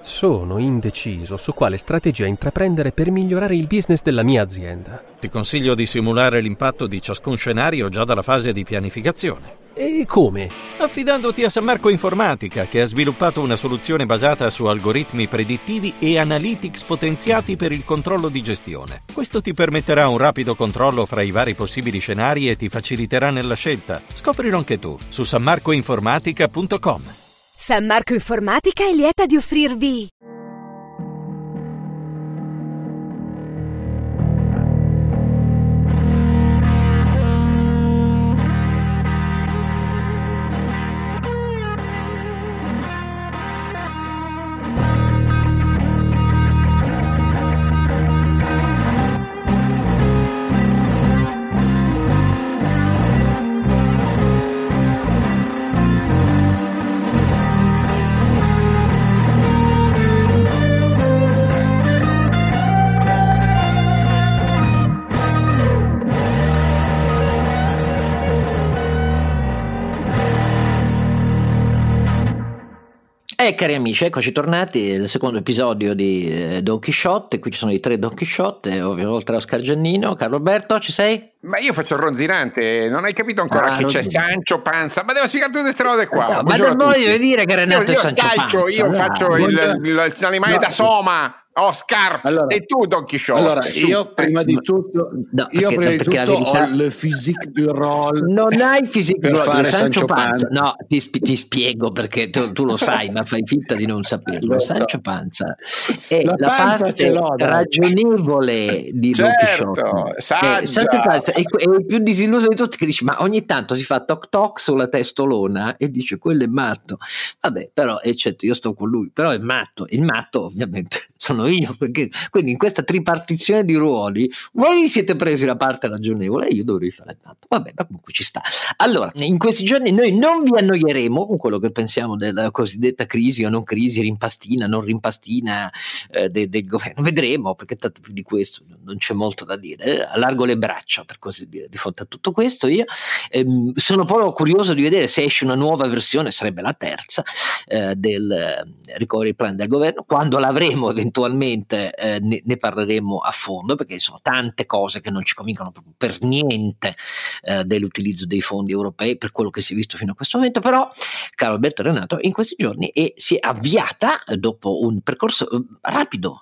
Sono indeciso su quale strategia intraprendere per migliorare il business della mia azienda. Ti consiglio di simulare l'impatto di ciascun scenario già dalla fase di pianificazione. E come? Affidandoti a San Marco Informatica, che ha sviluppato una soluzione basata su algoritmi predittivi e analytics potenziati per il controllo di gestione. Questo ti permetterà un rapido controllo fra i vari possibili scenari e ti faciliterà nella scelta. Scoprilo anche tu su sanmarcoinformatica.com. San Marco Informatica è lieta di offrirvi Cari amici, eccoci tornati al secondo episodio di Don Chisciotte. Qui ci sono i 3 Don Chisciotte, oltre a Oscar Giannino. Carlo Alberto, ci sei? Ma io faccio il ronzinante, non hai capito ancora chi c'è? Sancho Panza, ma devo spiegare tutte queste robe qua. No, ma non voglio dire che Renato è Sancho Panza. Io faccio l'animale da Soma. Oscar, allora, sei tu Don Chisciotte. Allora, io prima di tutto ho le physique du rôle. Non hai physique du rôle, Sancho Panza. No, ti spiego perché tu lo sai, ma fai finta di non saperlo. Sancho Panza è la parte ragionevole di Don Chisciotte. Sancho Panza è il più disilluso di tutti, che dice ma ogni tanto si fa toc toc sulla testolona e dice quello è matto. Vabbè, però eccetto, io sto con lui, però è matto. Il matto ovviamente sono io, perché quindi in questa tripartizione di ruoli voi siete presi la parte ragionevole e io dovrei fare il matto. Vabbè, ma comunque ci sta. Allora, in questi giorni noi non vi annoieremo con quello che pensiamo della cosiddetta crisi o non crisi, rimpastina, non rimpastina del governo. Vedremo, perché tanto più di questo non c'è molto da dire. Allargo le braccia, per così dire, di fronte a tutto questo. Io sono proprio curioso di vedere se esce una nuova versione, sarebbe la terza, del recovery plan del governo. Quando l'avremo eventualmente ne parleremo a fondo, perché sono tante cose che non ci convincono proprio per niente dell'utilizzo dei fondi europei per quello che si è visto fino a questo momento. Però caro Alberto e Renato, in questi giorni si è avviata, dopo un percorso rapido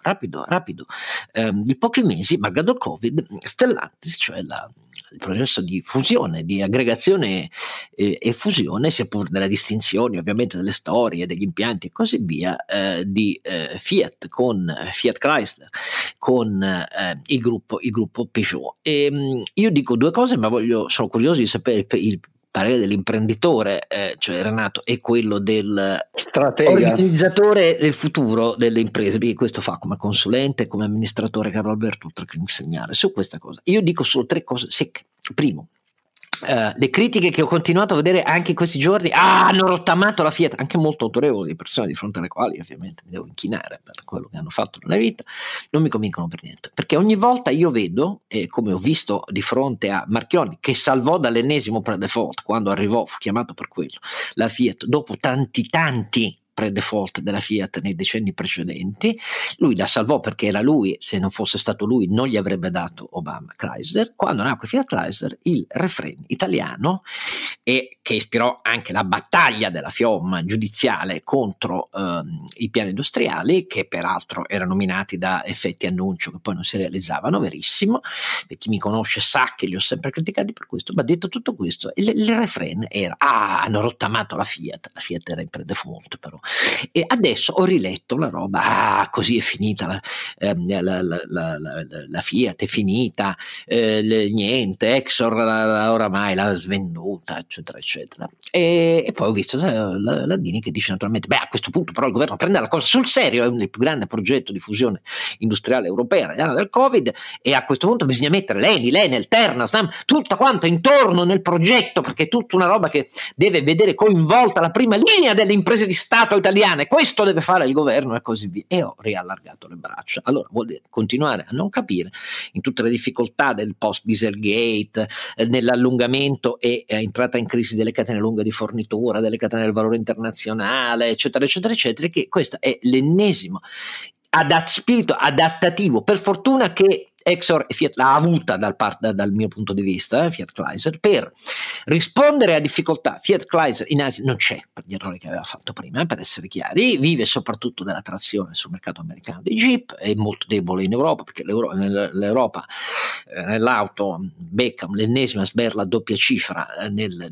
di pochi mesi, malgrado il Covid, Stellantis, cioè il processo di fusione, di aggregazione e fusione, sia pur nelle distinzioni ovviamente delle storie, degli impianti e così via, di Fiat con Fiat Chrysler, con il gruppo Peugeot. Io dico 2 cose, ma sono curioso di sapere il parere dell'imprenditore, cioè Renato, è quello del stratega, organizzatore del futuro delle imprese, perché questo fa come consulente, come amministratore Carlo Alberto, oltre che insegnare su questa cosa. Io dico solo 3 cose secche. Primo, le critiche che ho continuato a vedere anche in questi giorni hanno rottamato la Fiat, anche molto autorevoli persone di fronte alle quali ovviamente mi devo inchinare per quello che hanno fatto nella vita, non mi convincono per niente, perché ogni volta io vedo, come ho visto di fronte a Marchionne, che salvò dall'ennesimo pre-default quando arrivò, fu chiamato per quello, la Fiat dopo tanti pre-default della Fiat nei decenni precedenti. Lui la salvò perché era lui, se non fosse stato lui non gli avrebbe dato Obama Chrysler. Quando nacque Fiat Chrysler, il refrain italiano, e che ispirò anche la battaglia della FIOM giudiziale contro i piani industriali, che peraltro erano minati da effetti annuncio che poi non si realizzavano, verissimo, per chi mi conosce sa che li ho sempre criticati per questo, ma detto tutto questo, il refrain era hanno rottamato la Fiat era in pre-default però. E adesso ho riletto la roba, così è finita la Fiat, è finita, niente, Exor oramai l'ha svenduta, eccetera eccetera, e poi ho visto la Dini che dice naturalmente a questo punto però il governo prende la cosa sul serio, è il più grande progetto di fusione industriale europea negli anni del Covid, e a questo punto bisogna mettere l'Enel, Terna, tutta quanto intorno nel progetto, perché è tutta una roba che deve vedere coinvolta la prima linea delle imprese di Stato Stato italiane, questo deve fare il governo e così via. E ho riallargato le braccia. Allora vuol dire continuare a non capire in tutte le difficoltà del post Dieselgate, nell'allungamento e entrata in crisi delle catene lunghe di fornitura, delle catene del valore internazionale, eccetera eccetera eccetera, che questo è l'ennesimo spirito adattativo, per fortuna che Exor e Fiat l'ha avuta dal mio punto di vista, Fiat Chrysler, per rispondere a difficoltà. Fiat Chrysler in Asia non c'è per gli errori che aveva fatto prima, per essere chiari, vive soprattutto della trazione sul mercato americano di Jeep, è molto debole in Europa perché l'Europa nell'auto becca l'ennesima sberla a doppia cifra nel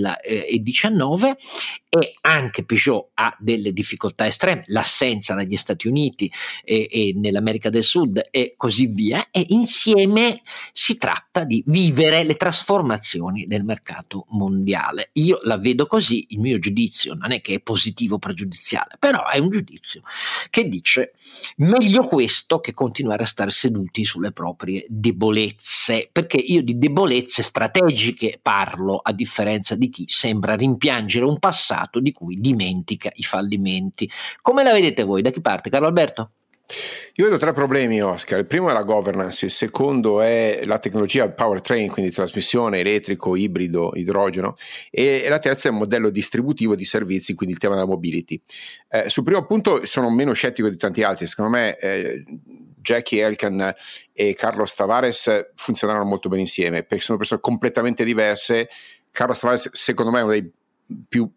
2019, e anche Peugeot ha delle difficoltà estreme, l'assenza negli Stati Uniti e nell'America del Sud e così via, e insieme si tratta di vivere le trasformazioni del mercato mondiale. Io la vedo così, il mio giudizio non è che è positivo o pregiudiziale, però è un giudizio che dice meglio questo che continuare a stare seduti sulle proprie debolezze, perché io di debolezze strategiche parlo, a differenza di chi sembra rimpiangere un passato di cui dimentica i fallimenti. Come la vedete voi? Da chi parte? Carlo Alberto? Io vedo 3 problemi, Oscar. Il primo è la governance, il secondo è la tecnologia powertrain, quindi trasmissione elettrico, ibrido, idrogeno, e la terza è il modello distributivo di servizi, quindi il tema della mobility. Sul primo punto sono meno scettico di tanti altri. Secondo me Jackie Elkann e Carlos Tavares funzioneranno molto bene insieme, perché sono persone completamente diverse. Carlos Tavares secondo me è uno dei più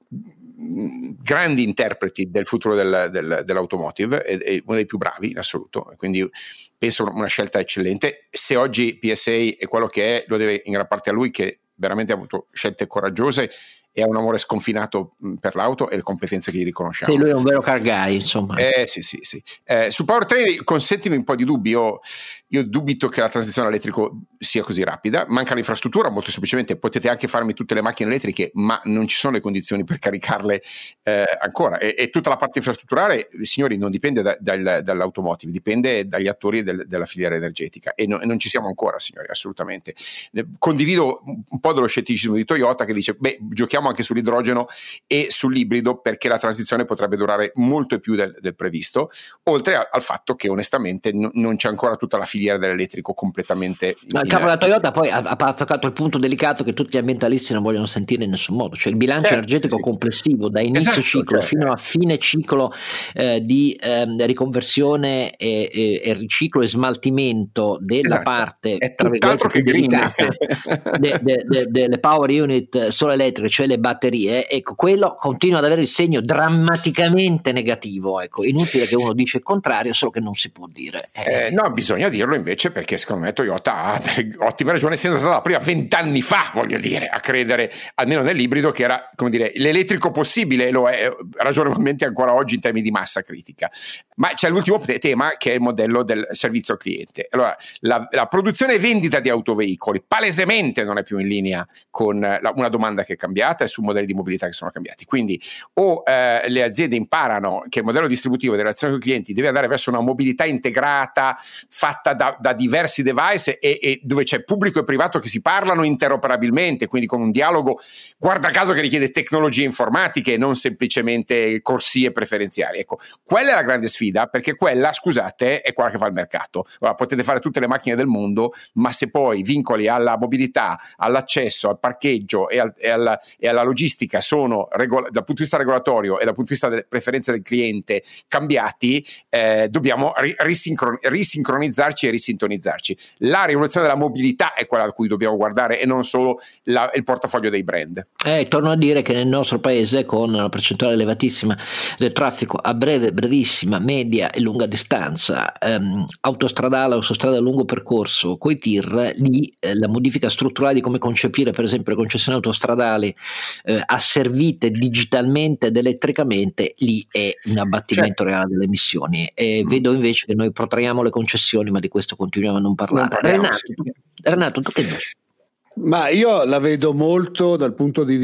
grandi interpreti del futuro dell'automotive, è uno dei più bravi in assoluto, quindi penso una scelta eccellente. Se oggi PSA è quello che è, lo deve in gran parte a lui, che veramente ha avuto scelte coraggiose e ha un amore sconfinato per l'auto e le competenze che gli riconosciamo. Sì, lui è un vero car guy, insomma. Sì. Sul powertrain consentimi un po' di dubbi. Io dubito che la transizione all'elettrico sia così rapida. Manca l'infrastruttura, molto semplicemente. Potete anche farmi tutte le macchine elettriche, ma non ci sono le condizioni per caricarle ancora. E tutta la parte infrastrutturale, signori, non dipende dall'automotive, dipende dagli attori della filiera energetica. E non ci siamo ancora, signori, assolutamente. Condivido un po' dello scetticismo di Toyota, che dice, giochiamo anche sull'idrogeno e sull'ibrido, perché la transizione potrebbe durare molto più del previsto, oltre al fatto che onestamente non c'è ancora tutta la filiera dell'elettrico completamente. Il capo della Toyota poi ha toccato il punto delicato che tutti gli ambientalisti non vogliono sentire in nessun modo, cioè il bilancio energetico complessivo da inizio ciclo fino a fine ciclo di riconversione e riciclo e smaltimento della parte tra virgolette più delicata delle power unit solo elettriche, cioè le batterie, ecco, quello continua ad avere il segno drammaticamente negativo, ecco, inutile che uno dice il contrario, solo che non si può dire. No, bisogna dirlo invece, perché secondo me Toyota ha delle ottime ragioni, essendo stata la prima 20 anni fa, voglio dire, a credere almeno nell'ibrido, che era, come dire, l'elettrico possibile, lo è ragionevolmente ancora oggi in termini di massa critica. Ma c'è l'ultimo tema, che è il modello del servizio al cliente. Allora, la produzione e vendita di autoveicoli palesemente non è più in linea con una domanda che è cambiata e su modelli di mobilità che sono cambiati. Quindi le aziende imparano che il modello distributivo delle relazioni con i clienti deve andare verso una mobilità integrata, fatta da diversi device e dove c'è pubblico e privato che si parlano interoperabilmente, quindi con un dialogo, guarda caso, che richiede tecnologie informatiche e non semplicemente corsie preferenziali. Ecco, quella è la grande sfida, perché quella, scusate, è quella che fa il mercato. Allora, potete fare tutte le macchine del mondo, ma se poi vincoli alla mobilità, all'accesso, al parcheggio e alla logistica sono dal punto di vista regolatorio e dal punto di vista delle preferenze del cliente cambiati, dobbiamo risincronizzarci e risintonizzarci. La rivoluzione della mobilità è quella a cui dobbiamo guardare e non solo il portafoglio dei brand. Torno a dire che nel nostro paese, con una percentuale elevatissima del traffico a breve, brevissima, media e lunga distanza, autostradale, autostrada a lungo percorso, coi TIR, lì la modifica strutturale di come concepire per esempio le concessioni autostradali asservite digitalmente ed elettricamente, lì è un abbattimento reale delle emissioni. Vedo invece che noi protraiamo le concessioni, ma di questo continuiamo a non parlare. Renato, tu che dici? Ma io la vedo molto dal punto di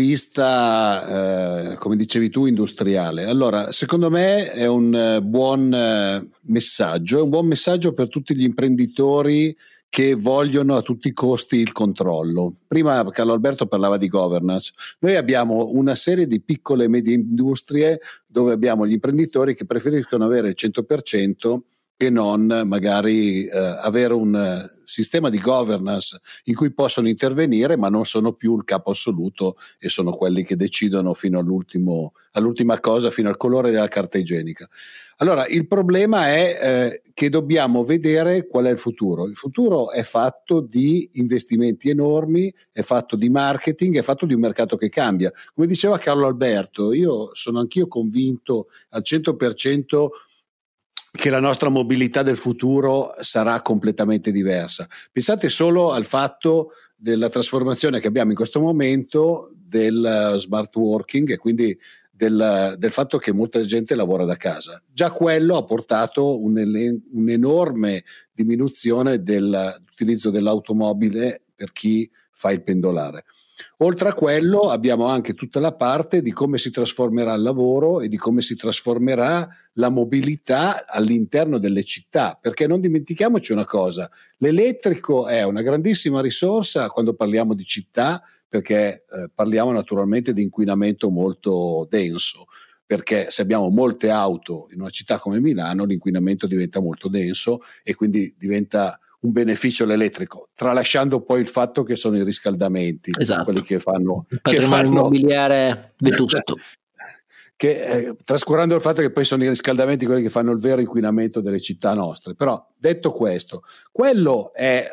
vista, come dicevi tu, industriale. Allora, secondo me è un buon messaggio per tutti gli imprenditori che vogliono a tutti i costi il controllo. Prima Carlo Alberto parlava di governance. Noi abbiamo una serie di piccole e medie industrie dove abbiamo gli imprenditori che preferiscono avere il 100% che non magari avere un sistema di governance in cui possono intervenire, ma non sono più il capo assoluto e sono quelli che decidono fino all'ultima cosa, fino al colore della carta igienica. Allora, il problema è che dobbiamo vedere qual è il futuro. Il futuro è fatto di investimenti enormi, è fatto di marketing, è fatto di un mercato che cambia. Come diceva Carlo Alberto, io sono anch'io convinto al 100% che la nostra mobilità del futuro sarà completamente diversa. Pensate solo al fatto della trasformazione che abbiamo in questo momento del smart working e quindi del fatto che molta gente lavora da casa. Già quello ha portato un'enorme diminuzione dell'utilizzo dell'automobile per chi fa il pendolare. Oltre a quello abbiamo anche tutta la parte di come si trasformerà il lavoro e di come si trasformerà la mobilità all'interno delle città, perché non dimentichiamoci una cosa, l'elettrico è una grandissima risorsa quando parliamo di città, perché parliamo naturalmente di inquinamento molto denso, perché se abbiamo molte auto in una città come Milano l'inquinamento diventa molto denso e quindi diventa un beneficio l'elettrico, tralasciando poi il fatto che sono i riscaldamenti, esatto, quelli che fanno il patrimonio immobiliare vetusto. Trascurando il fatto che poi sono i riscaldamenti quelli che fanno il vero inquinamento delle città nostre. Però detto questo, quello è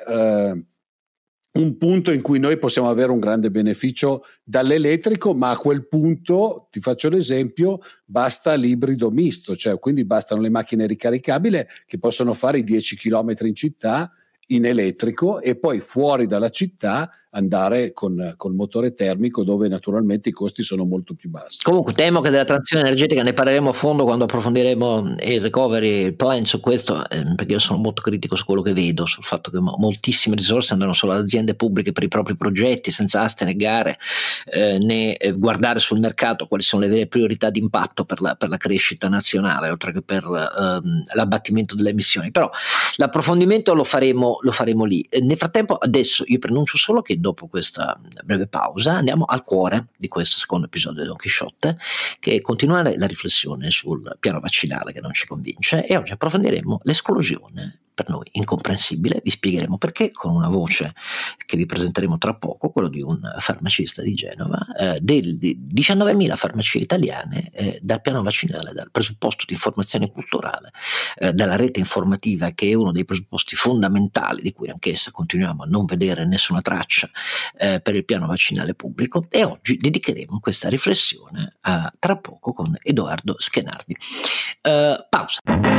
un punto in cui noi possiamo avere un grande beneficio dall'elettrico, ma a quel punto, ti faccio l'esempio, basta l'ibrido misto, cioè quindi bastano le macchine ricaricabili che possono fare i 10 km in città in elettrico e poi fuori dalla città andare con motore termico, dove naturalmente i costi sono molto più bassi. Comunque temo che della transizione energetica ne parleremo a fondo quando approfondiremo il recovery plan su questo, perché io sono molto critico su quello che vedo, sul fatto che moltissime risorse andano solo alle aziende pubbliche per i propri progetti, senza aste né gare, né guardare sul mercato quali sono le vere priorità di impatto per la crescita nazionale, oltre che per l'abbattimento delle emissioni. Però l'approfondimento lo faremo lì. Nel frattempo adesso io pronuncio solo che dopo questa breve pausa andiamo al cuore di questo secondo episodio di Don Chisciotte, che è continuare la riflessione sul piano vaccinale che non ci convince, e oggi approfondiremo l'esclusione per noi incomprensibile. Vi spiegheremo perché con una voce che vi presenteremo tra poco, quello di un farmacista di Genova, di 19.000 farmacie italiane dal piano vaccinale, dal presupposto di informazione culturale, dalla rete informativa, che è uno dei presupposti fondamentali di cui anch'essa continuiamo a non vedere nessuna traccia per il piano vaccinale pubblico. E oggi dedicheremo questa riflessione tra poco con Edoardo Schenardi. Pausa.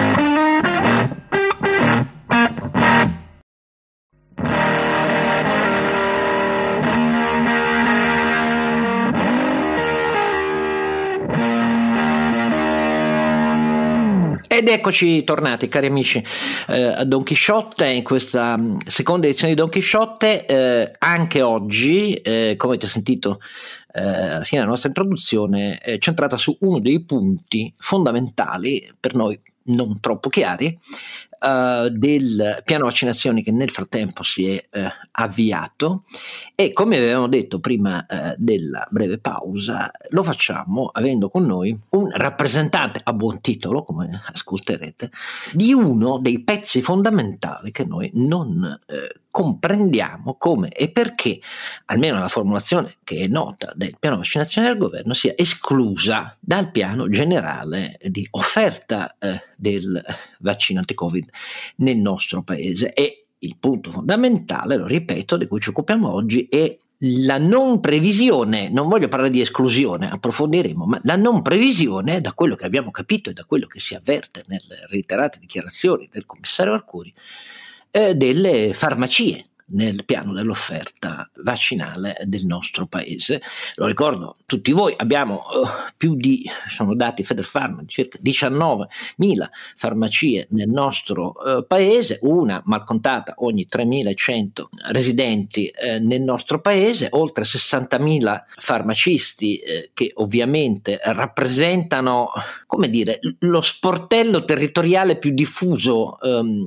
Ed eccoci tornati, cari amici, a Don Chisciotte, in questa seconda edizione di Don Chisciotte. Anche oggi, come avete sentito alla fine della nostra introduzione, centrata su uno dei punti fondamentali, per noi non troppo chiari, del piano vaccinazioni che nel frattempo si è avviato. E come avevamo detto prima della breve pausa, lo facciamo avendo con noi un rappresentante a buon titolo, come ascolterete, di uno dei pezzi fondamentali che noi non comprendiamo come e perché, almeno la formulazione che è nota del piano vaccinazione del governo, sia esclusa dal piano generale di offerta del vaccino anti-Covid nel nostro paese. E il punto fondamentale, lo ripeto, di cui ci occupiamo oggi è la non previsione, non voglio parlare di esclusione, approfondiremo, ma la non previsione, da quello che abbiamo capito e da quello che si avverte nelle reiterate dichiarazioni del commissario Arcuri, delle farmacie nel piano dell'offerta vaccinale del nostro paese. Lo ricordo tutti voi, abbiamo più di, sono dati Federfarma, circa 19.000 farmacie nel nostro paese, una malcontata ogni 3.100 residenti nel nostro paese, oltre 60.000 farmacisti che ovviamente rappresentano, come dire, lo sportello territoriale più diffuso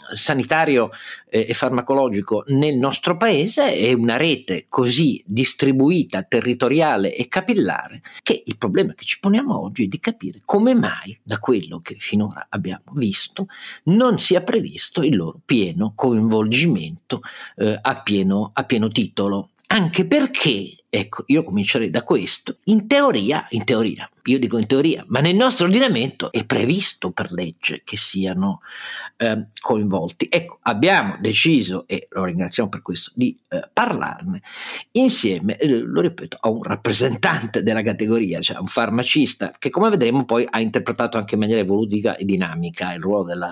sanitario e farmacologico nel nostro paese è una rete così distribuita, territoriale e capillare, che il problema che ci poniamo oggi è di capire come mai, da quello che finora abbiamo visto, non sia previsto il loro pieno coinvolgimento a pieno titolo. Anche perché, ecco, io comincerei da questo, in teoria, io dico in teoria, ma nel nostro ordinamento è previsto per legge che siano coinvolti. Ecco, abbiamo deciso, e lo ringraziamo per questo, di parlarne insieme, lo ripeto, a un rappresentante della categoria, cioè un farmacista che, come vedremo, poi ha interpretato anche in maniera evolutiva e dinamica il ruolo della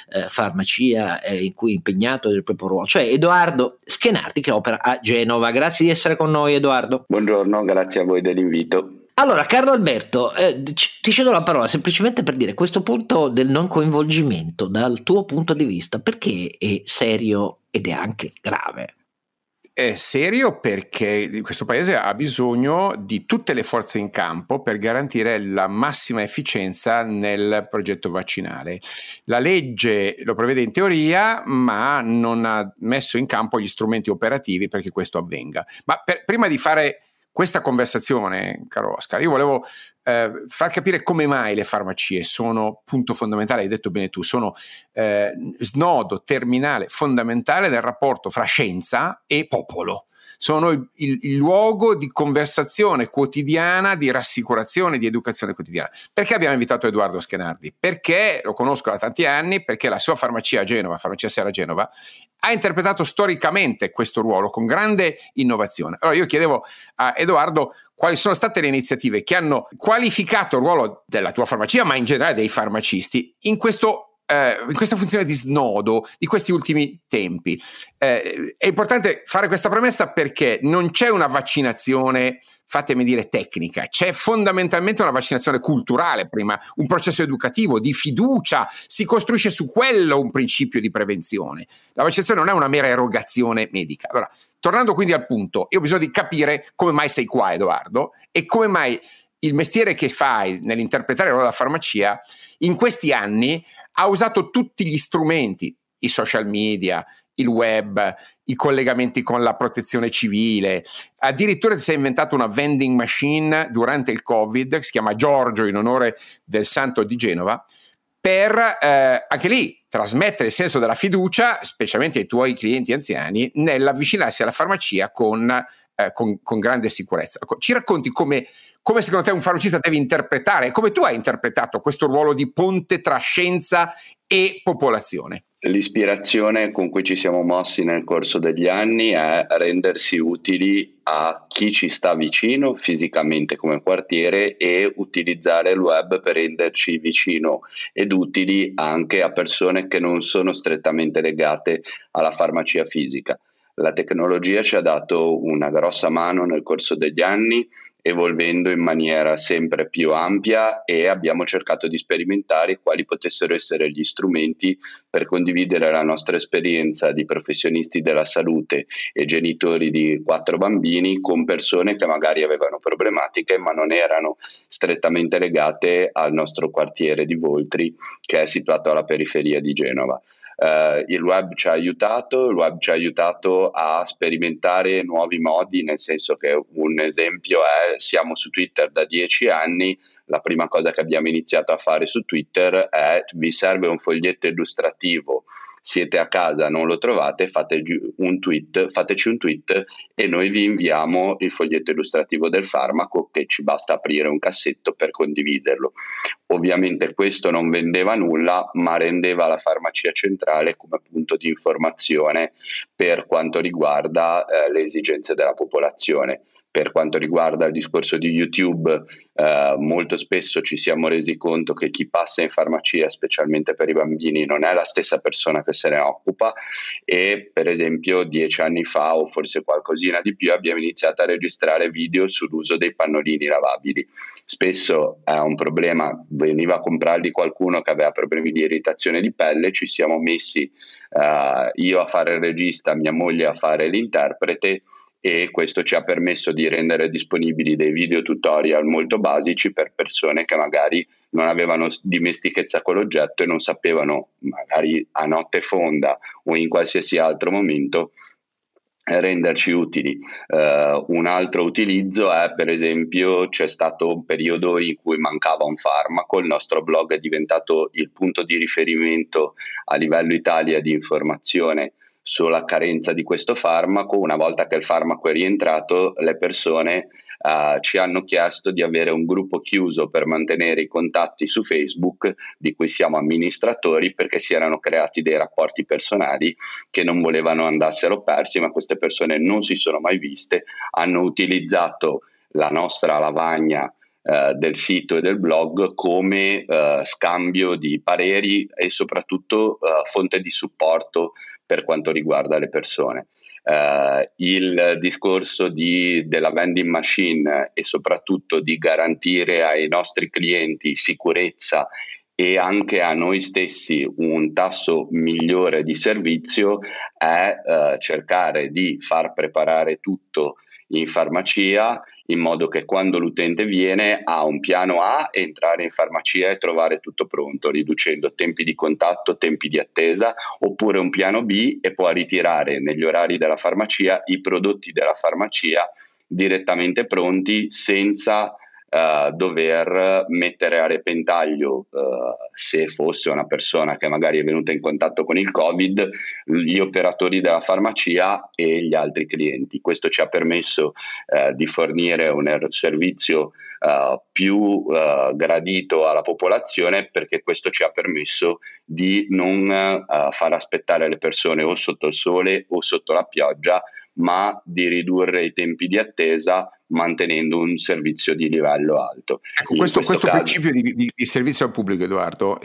farmacia in cui è impegnato del proprio ruolo, cioè Edoardo Schenardi, che opera a Genova. Grazie di essere con noi, Edoardo. Buongiorno, grazie a voi dell'invito. Allora, Carlo Alberto, ti cedo la parola semplicemente per dire questo punto del non coinvolgimento dal tuo punto di vista, perché è serio ed è anche grave? È serio perché questo paese ha bisogno di tutte le forze in campo per garantire la massima efficienza nel progetto vaccinale. La legge lo prevede in teoria, ma non ha messo in campo gli strumenti operativi perché questo avvenga. Ma prima di fare questa conversazione, caro Oscar, io volevo far capire come mai le farmacie sono punto fondamentale, hai detto bene tu, sono snodo terminale fondamentale del rapporto fra scienza e popolo. Sono il luogo di conversazione quotidiana, di rassicurazione, di educazione quotidiana. Perché abbiamo invitato Edoardo Schenardi? Perché lo conosco da tanti anni, perché la sua farmacia a Genova, Farmacia Serra Genova, ha interpretato storicamente questo ruolo con grande innovazione. Allora io chiedevo a Edoardo quali sono state le iniziative che hanno qualificato il ruolo della tua farmacia, ma in generale dei farmacisti, in questa funzione di snodo di questi ultimi tempi. È importante fare questa premessa perché non c'è una vaccinazione, fatemi dire, tecnica, c'è fondamentalmente una vaccinazione culturale prima, un processo educativo di fiducia, si costruisce su quello un principio di prevenzione. La vaccinazione non è una mera erogazione medica. Allora, tornando quindi al punto, io ho bisogno di capire come mai sei qua, Edoardo, e come mai il mestiere che fai nell'interpretare il ruolo della farmacia in questi anni ha usato tutti gli strumenti, i social media, il web, i collegamenti con la protezione civile, addirittura ti sei inventato una vending machine durante il Covid, che si chiama Giorgio in onore del santo di Genova, per anche lì trasmettere il senso della fiducia, specialmente ai tuoi clienti anziani, nell'avvicinarsi alla farmacia con grande sicurezza. Ci racconti come secondo te un farmacista deve interpretare, come tu hai interpretato questo ruolo di ponte tra scienza e popolazione? L'ispirazione con cui ci siamo mossi nel corso degli anni è rendersi utili a chi ci sta vicino fisicamente come quartiere e utilizzare il web per renderci vicino ed utili anche a persone che non sono strettamente legate alla farmacia fisica. La tecnologia ci ha dato una grossa mano nel corso degli anni, evolvendo in maniera sempre più ampia, e abbiamo cercato di sperimentare quali potessero essere gli strumenti per condividere la nostra esperienza di professionisti della salute e genitori di 4 bambini con persone che magari avevano problematiche ma non erano strettamente legate al nostro quartiere di Voltri, che è situato alla periferia di Genova. Il web ci ha aiutato a sperimentare nuovi modi, nel senso che un esempio è: siamo su Twitter da 10 anni, la prima cosa che abbiamo iniziato a fare su Twitter è: vi serve un foglietto illustrativo, siete a casa, non lo trovate, fateci un tweet e noi vi inviamo il foglietto illustrativo del farmaco, che ci basta aprire un cassetto per condividerlo. Ovviamente questo non vendeva nulla, ma rendeva la farmacia centrale come punto di informazione per quanto riguarda le esigenze della popolazione. Per quanto riguarda il discorso di YouTube, molto spesso ci siamo resi conto che chi passa in farmacia, specialmente per i bambini, non è la stessa persona che se ne occupa, e per esempio 10 anni fa, o forse qualcosina di più, abbiamo iniziato a registrare video sull'uso dei pannolini lavabili. Spesso è un problema, veniva a comprarli qualcuno che aveva problemi di irritazione di pelle, ci siamo messi io a fare il regista, mia moglie a fare l'interprete, e questo ci ha permesso di rendere disponibili dei video tutorial molto basici per persone che magari non avevano dimestichezza con l'oggetto e non sapevano, magari a notte fonda o in qualsiasi altro momento, renderci utili. Un altro utilizzo è, per esempio, c'è stato un periodo in cui mancava un farmaco, il nostro blog è diventato il punto di riferimento a livello Italia di informazione sulla carenza di questo farmaco. Una volta che il farmaco è rientrato, le persone ci hanno chiesto di avere un gruppo chiuso per mantenere i contatti su Facebook, di cui siamo amministratori, perché si erano creati dei rapporti personali che non volevano andassero persi, ma queste persone non si sono mai viste, hanno utilizzato la nostra lavagna del sito e del blog come scambio di pareri e soprattutto fonte di supporto per quanto riguarda le persone. Il discorso della vending machine e soprattutto di garantire ai nostri clienti sicurezza e anche a noi stessi un tasso migliore di servizio è cercare di far preparare tutto in farmacia, in modo che quando l'utente viene ha un piano A, entrare in farmacia e trovare tutto pronto, riducendo tempi di contatto, tempi di attesa, oppure un piano B e può ritirare negli orari della farmacia i prodotti della farmacia direttamente pronti, senza dover mettere a repentaglio, se fosse una persona che magari è venuta in contatto con il Covid, gli operatori della farmacia e gli altri clienti. Questo ci ha permesso di fornire un servizio più gradito alla popolazione, perché questo ci ha permesso di non far aspettare le persone o sotto il sole o sotto la pioggia, ma di ridurre i tempi di attesa mantenendo un servizio di livello alto. Ecco, questo principio di servizio al pubblico, Edoardo,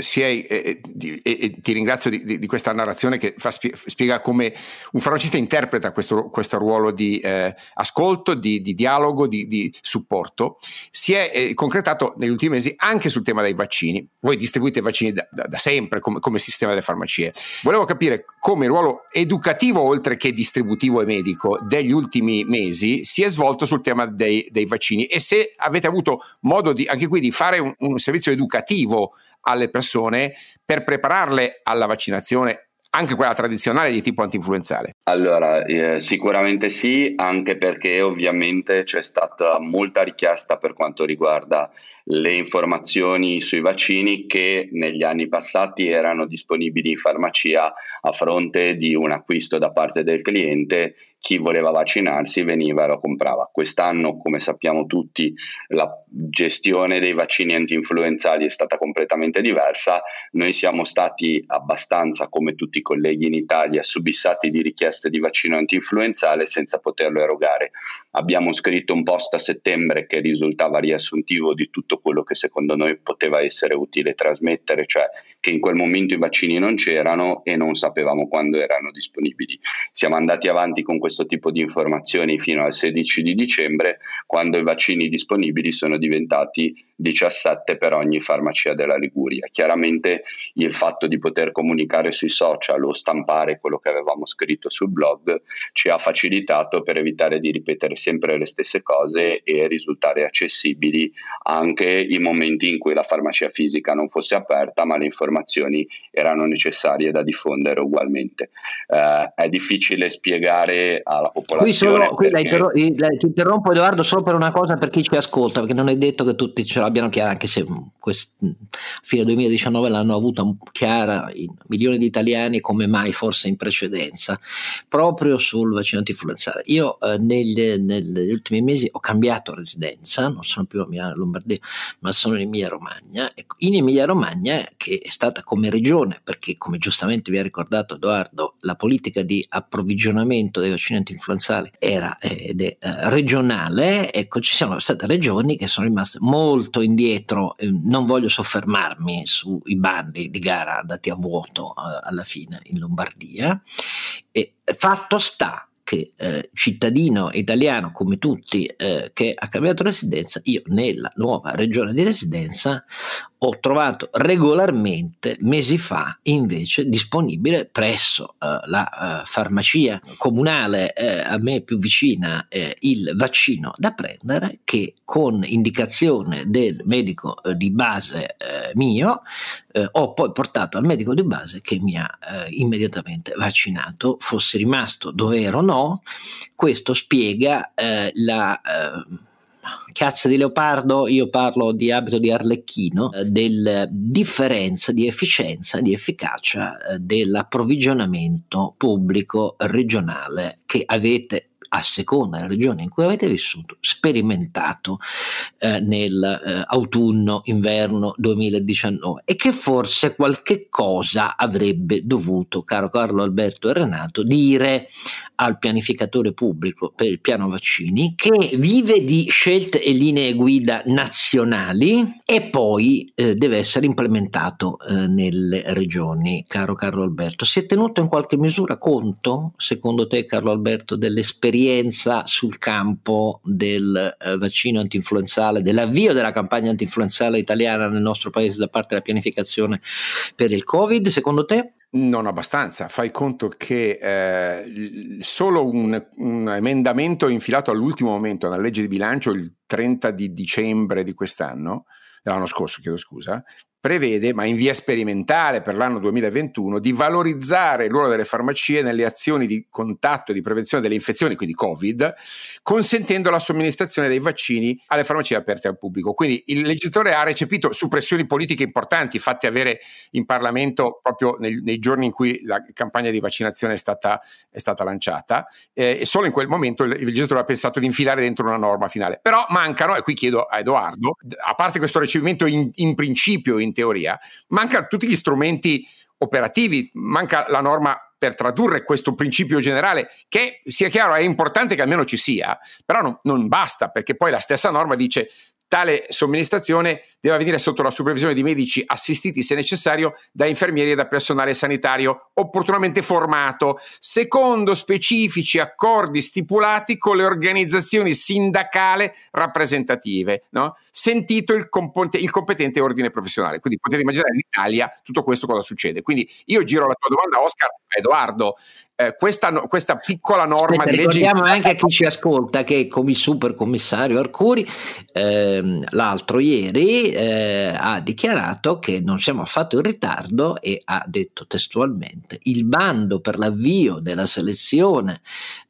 ti ringrazio di questa narrazione che spiega come un farmacista interpreta questo ruolo di ascolto, di dialogo, di supporto. Si è concretato negli ultimi mesi anche sul tema dei vaccini. Voi distribuite vaccini da sempre come sistema delle farmacie. Volevo capire come il ruolo educativo, oltre che distributivo e medico, degli ultimi mesi si è svolto sul tema dei vaccini, e se avete avuto modo anche qui di fare un servizio educativo alle persone per prepararle alla vaccinazione, anche quella tradizionale di tipo antinfluenzale. Allora, sicuramente sì, anche perché ovviamente c'è stata molta richiesta per quanto riguarda le informazioni sui vaccini che negli anni passati erano disponibili in farmacia a fronte di un acquisto da parte del cliente. Chi voleva vaccinarsi veniva e lo comprava. Quest'anno, come sappiamo tutti, la gestione dei vaccini antinfluenzali è stata completamente diversa. Noi siamo stati abbastanza, come tutti i colleghi in Italia, subissati di richieste di vaccino antinfluenzale senza poterlo erogare. Abbiamo scritto un post a settembre che risultava riassuntivo di tutto quello che secondo noi poteva essere utile trasmettere, cioè che in quel momento i vaccini non c'erano e non sapevamo quando erano disponibili. Siamo andati avanti con questo tipo di informazioni fino al 16 di dicembre, quando i vaccini disponibili sono diventati 17 per ogni farmacia della Liguria. Chiaramente il fatto di poter comunicare sui social o stampare quello che avevamo scritto sul blog ci ha facilitato per evitare di ripetere sempre le stesse cose e risultare accessibili anche in momenti in cui la farmacia fisica non fosse aperta, ma le informazioni erano necessarie da diffondere ugualmente. È difficile spiegare alla popolazione. Ti interrompo, Edoardo, solo per una cosa, per chi ci ascolta, perché non è detto che tutti ce l'abbiano chiara, anche se fino al 2019 l'hanno avuta chiara in milioni di italiani come mai forse in precedenza, proprio sul vaccino antinfluenzale. Io negli ultimi mesi ho cambiato residenza, non sono più a Milano Lombardia, ma sono in Emilia Romagna. In Emilia Romagna, che è stata come regione, perché come giustamente vi ha ricordato Edoardo, la politica di approvvigionamento dei vaccini antinfluenzali era ed è regionale, ecco, ci sono state regioni che sono rimaste molto indietro. Non voglio soffermarmi sui bandi di gara andati a vuoto alla fine in Lombardia. E fatto sta che cittadino italiano come tutti che ha cambiato residenza, io nella nuova regione di residenza ho trovato regolarmente mesi fa invece disponibile presso la farmacia comunale a me più vicina il vaccino da prendere, che con indicazione del medico di base mio ho poi portato al medico di base che mi ha immediatamente vaccinato, fosse rimasto dove ero o no. Questo spiega la cazzo di leopardo, io parlo di abito di arlecchino, della differenza di efficienza, di efficacia dell'approvvigionamento pubblico regionale che avete, a seconda della regione in cui avete vissuto, sperimentato nell'autunno inverno 2019, e che forse qualche cosa avrebbe dovuto, caro Carlo Alberto e Renato, dire al pianificatore pubblico per il piano vaccini, che vive di scelte e linee guida nazionali e poi deve essere implementato nelle regioni. Caro Carlo Alberto, si è tenuto in qualche misura conto, secondo te, Carlo Alberto, dell'esperienza sul campo del vaccino antinfluenzale, dell'avvio della campagna antinfluenzale italiana nel nostro paese da parte della pianificazione per il Covid, secondo te? Non abbastanza. Fai conto che solo un emendamento infilato all'ultimo momento nella legge di bilancio il 30 di dicembre di quest'anno, dell'anno scorso, chiedo scusa, prevede, ma in via sperimentale per l'anno 2021, di valorizzare il ruolo delle farmacie nelle azioni di contatto e di prevenzione delle infezioni, quindi Covid, consentendo la somministrazione dei vaccini alle farmacie aperte al pubblico. Quindi il legislatore ha recepito, su pressioni politiche importanti fatte avere in Parlamento proprio nei giorni in cui la campagna di vaccinazione è stata lanciata, e solo in quel momento il legislatore ha pensato di infilare dentro una norma finale. Però mancano, e qui chiedo a Edoardo, a parte questo recepimento in principio, in teoria, mancano tutti gli strumenti operativi, manca la norma per tradurre questo principio generale, che, sia chiaro, è importante che almeno ci sia, però non basta, perché poi la stessa norma dice tale somministrazione deve avvenire sotto la supervisione di medici assistiti, se necessario, da infermieri e da personale sanitario opportunamente formato, secondo specifici accordi stipulati con le organizzazioni sindacali rappresentative, no? Sentito il competente ordine professionale. Quindi potete immaginare in Italia tutto questo cosa succede. Quindi io giro la tua domanda, Oscar, a Edoardo. Questa piccola norma di legge. Ricordiamo anche a chi ci ascolta che come supercommissario Arcuri l'altro ieri ha dichiarato che non siamo affatto in ritardo e ha detto testualmente: il bando per l'avvio della selezione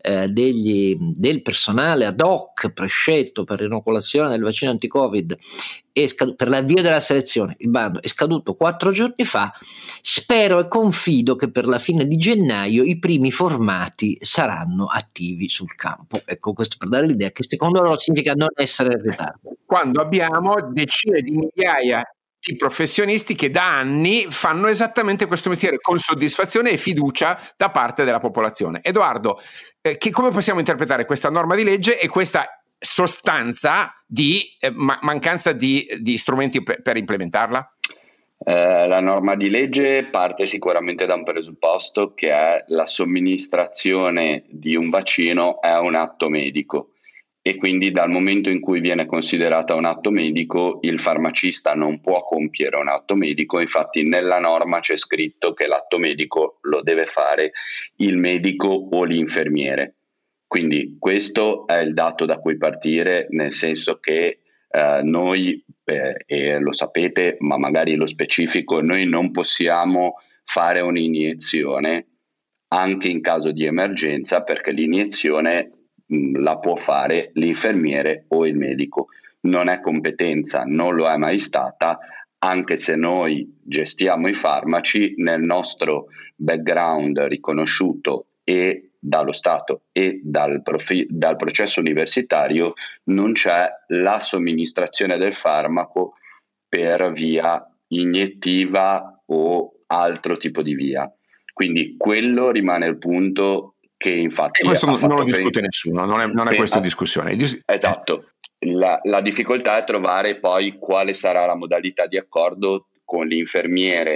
del personale ad hoc prescelto per l'inoculazione del vaccino anti-Covid per l'avvio della selezione, il bando è scaduto 4 giorni fa. Spero e confido che per la fine di gennaio i primi formati saranno attivi sul campo. Ecco, questo per dare l'idea che secondo loro significa non essere in ritardo. Quando abbiamo decine di migliaia di professionisti che da anni fanno esattamente questo mestiere con soddisfazione e fiducia da parte della popolazione. Edoardo, come possiamo interpretare questa norma di legge e questa sostanza di mancanza di strumenti per implementarla? La norma di legge parte sicuramente da un presupposto, che è la somministrazione di un vaccino è un atto medico, e quindi dal momento in cui viene considerata un atto medico il farmacista non può compiere un atto medico. Infatti nella norma c'è scritto che l'atto medico lo deve fare il medico o l'infermiere. Quindi questo è il dato da cui partire, nel senso che noi, e lo sapete, ma magari lo specifico, noi non possiamo fare un'iniezione anche in caso di emergenza, perché l'iniezione la può fare l'infermiere o il medico. Non è competenza, non lo è mai stata, anche se noi gestiamo i farmaci nel nostro background riconosciuto e dallo Stato e dal processo universitario non c'è la somministrazione del farmaco per via iniettiva o altro tipo di via. Quindi quello rimane il punto che infatti... E questo non lo discute nessuno, non è questa discussione. Esatto. La difficoltà è trovare poi quale sarà la modalità di accordo con l'infermiere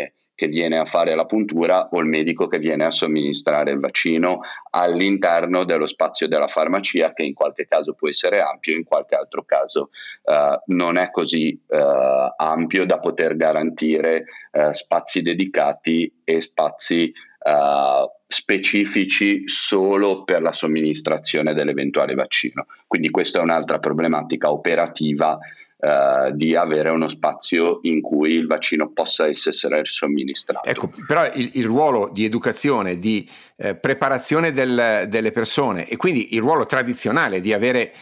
che viene a fare la puntura o il medico che viene a somministrare il vaccino all'interno dello spazio della farmacia, che in qualche caso può essere ampio, in qualche altro caso non è così ampio da poter garantire spazi dedicati e spazi specifici solo per la somministrazione dell'eventuale vaccino. Quindi questa è un'altra problematica operativa di avere uno spazio in cui il vaccino possa essere somministrato. Ecco, però il ruolo di educazione, di preparazione delle persone e quindi il ruolo tradizionale di avere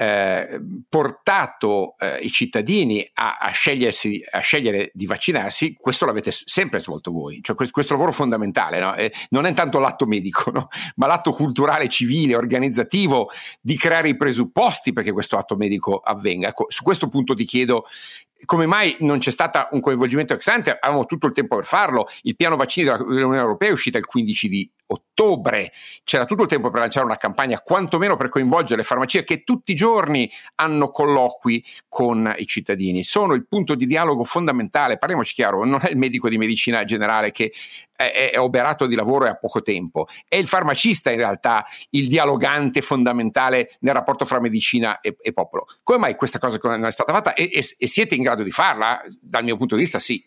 portato i cittadini a scegliere di vaccinarsi, questo l'avete sempre svolto voi, cioè questo lavoro fondamentale, no? Non è tanto l'atto medico, no? Ma l'atto culturale, civile, organizzativo di creare i presupposti perché questo atto medico avvenga. Ecco, su questo punto ti chiedo come mai non c'è stato un coinvolgimento ex ante. Avevamo tutto il tempo per farlo, il piano vaccini dell'Unione Europea è uscito il 15 di ottobre, c'era tutto il tempo per lanciare una campagna, quantomeno per coinvolgere le farmacie che tutti i giorni hanno colloqui con i cittadini, sono il punto di dialogo fondamentale. Parliamoci chiaro, non è il medico di medicina generale che è oberato di lavoro e ha poco tempo, è il farmacista in realtà il dialogante fondamentale nel rapporto fra medicina e popolo. Come mai questa cosa non è stata fatta e siete in grado di farla? Dal mio punto di vista sì.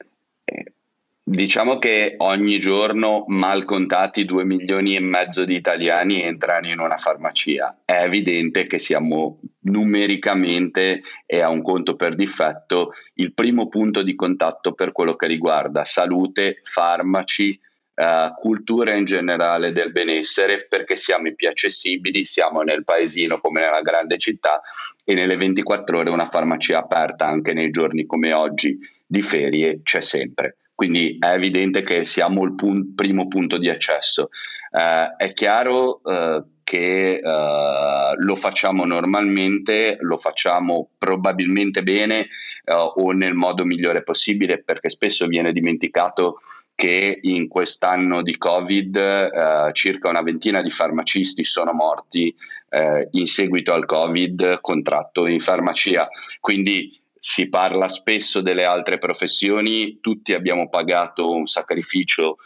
Diciamo che ogni giorno mal contati 2,5 milioni di italiani entrano in una farmacia. È evidente che siamo numericamente e a un conto per difetto il primo punto di contatto per quello che riguarda salute, farmaci, cultura in generale del benessere, perché siamo i più accessibili, siamo nel paesino come nella grande città e nelle 24 ore una farmacia aperta anche nei giorni come oggi di ferie c'è sempre. Quindi è evidente che siamo il primo punto di accesso. È chiaro che lo facciamo normalmente, lo facciamo probabilmente bene o nel modo migliore possibile, perché spesso viene dimenticato che in quest'anno di Covid circa una ventina di farmacisti sono morti in seguito al Covid contratto in farmacia. Quindi si parla spesso delle altre professioni, tutti abbiamo pagato un sacrificio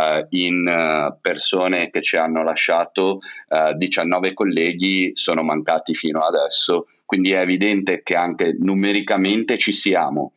in persone che ci hanno lasciato, 19 colleghi sono mancati fino adesso, quindi è evidente che anche numericamente ci siamo.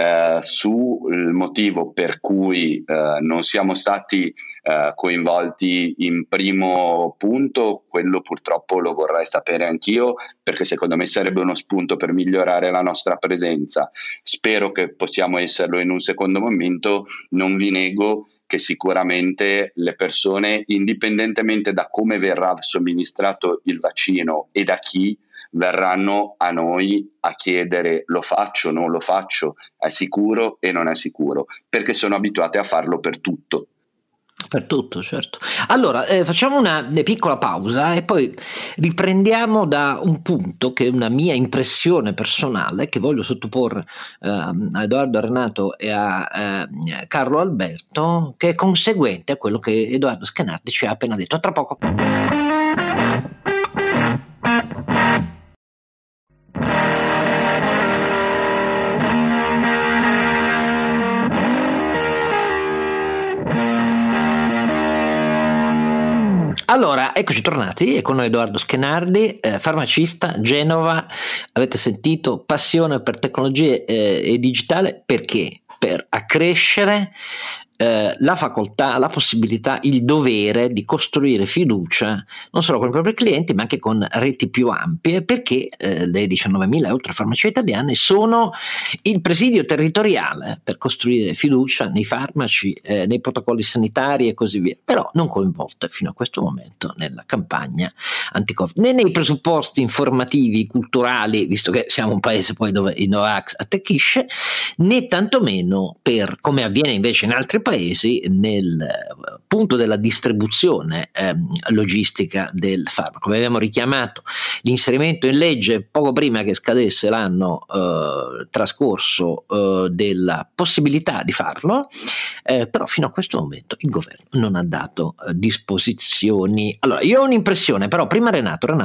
Sul motivo per cui non siamo stati coinvolti in primo punto, quello purtroppo lo vorrei sapere anch'io, perché secondo me sarebbe uno spunto per migliorare la nostra presenza. Spero che possiamo esserlo in un secondo momento. Non vi nego che sicuramente le persone, indipendentemente da come verrà somministrato il vaccino e da chi, verranno a noi a chiedere: lo faccio, non lo faccio, è sicuro e non è sicuro, perché sono abituate a farlo per tutto. Per tutto, certo. Allora, facciamo una piccola pausa e poi riprendiamo da un punto che è una mia impressione personale che voglio sottoporre a Edoardo, a Renato e a Carlo Alberto, che è conseguente a quello che Edoardo Skenardi ci ha appena detto. A tra poco. Allora, eccoci tornati, e con noi Edoardo Skenardi, farmacista, Genova. Avete sentito, passione per tecnologie e digitale, perché? Per accrescere la facoltà, la possibilità, il dovere di costruire fiducia non solo con i propri clienti ma anche con reti più ampie, perché le 19.000 oltre farmacie italiane sono il presidio territoriale per costruire fiducia nei farmaci, nei protocolli sanitari e così via, però non coinvolte fino a questo momento nella campagna anti-Covid, né nei presupposti informativi, culturali, visto che siamo un paese poi dove il Novax attecchisce, né tantomeno per, come avviene invece in altri paesi, nel punto della distribuzione logistica del farmaco. Come abbiamo richiamato l'inserimento in legge poco prima che scadesse l'anno trascorso della possibilità di farlo, però fino a questo momento il governo non ha dato disposizioni. Allora, io ho un'impressione, però prima Renato.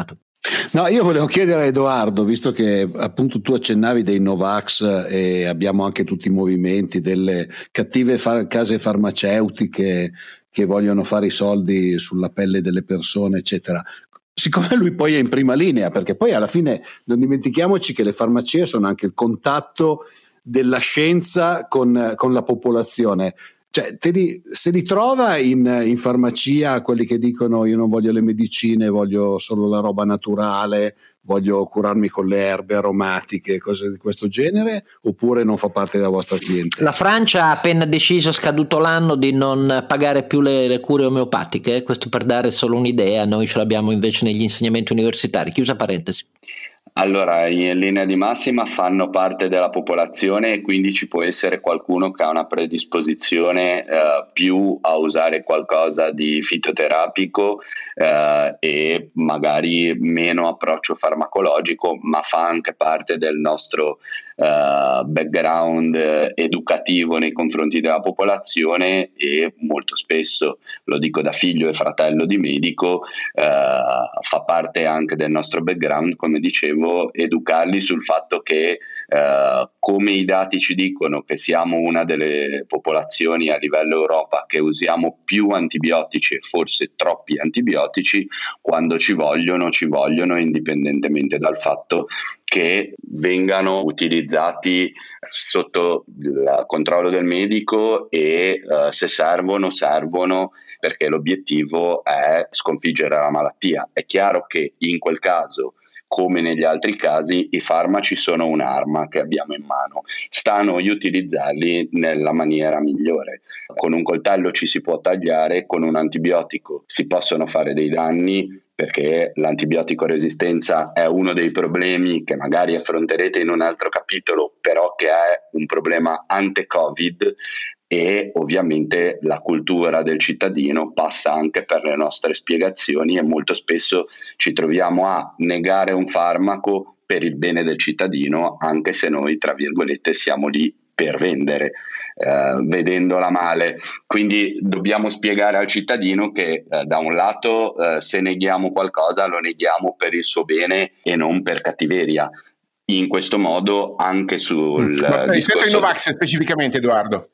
No, io volevo chiedere a Edoardo, visto che appunto tu accennavi dei Novax e abbiamo anche tutti i movimenti delle cattive case farmaceutiche che vogliono fare i soldi sulla pelle delle persone, eccetera. Siccome lui poi è in prima linea, perché poi alla fine non dimentichiamoci che le farmacie sono anche il contatto della scienza con la popolazione. Cioè, se li trova in farmacia quelli che dicono io non voglio le medicine, voglio solo la roba naturale, voglio curarmi con le erbe aromatiche, cose di questo genere, oppure non fa parte della vostra clientela? La Francia ha appena deciso, scaduto l'anno, di non pagare più le cure omeopatiche, questo per dare solo un'idea, noi ce l'abbiamo invece negli insegnamenti universitari, chiusa parentesi. Allora, in linea di massima fanno parte della popolazione e quindi ci può essere qualcuno che ha una predisposizione più a usare qualcosa di fitoterapico e magari meno approccio farmacologico, ma fa anche parte del nostro background educativo nei confronti della popolazione, e molto spesso, lo dico da figlio e fratello di medico, fa parte anche del nostro background, come dicevo, educarli sul fatto che come i dati ci dicono che siamo una delle popolazioni a livello Europa che usiamo più antibiotici e forse troppi antibiotici, quando ci vogliono indipendentemente dal fatto che vengano utilizzati sotto il controllo del medico e se servono, perché l'obiettivo è sconfiggere la malattia. È chiaro che in quel caso, come negli altri casi, i farmaci sono un'arma che abbiamo in mano. Sta a noi utilizzarli nella maniera migliore. Con un coltello ci si può tagliare, con un antibiotico si possono fare dei danni, perché l'antibiotico resistenza è uno dei problemi che magari affronterete in un altro capitolo, però che è un problema ante-Covid. E ovviamente la cultura del cittadino passa anche per le nostre spiegazioni, e molto spesso ci troviamo a negare un farmaco per il bene del cittadino, anche se noi, tra virgolette, siamo lì per vendere, vedendola male. Quindi dobbiamo spiegare al cittadino che da un lato se neghiamo qualcosa lo neghiamo per il suo bene e non per cattiveria. In questo modo anche sul discorso di Novax specificamente, Edoardo.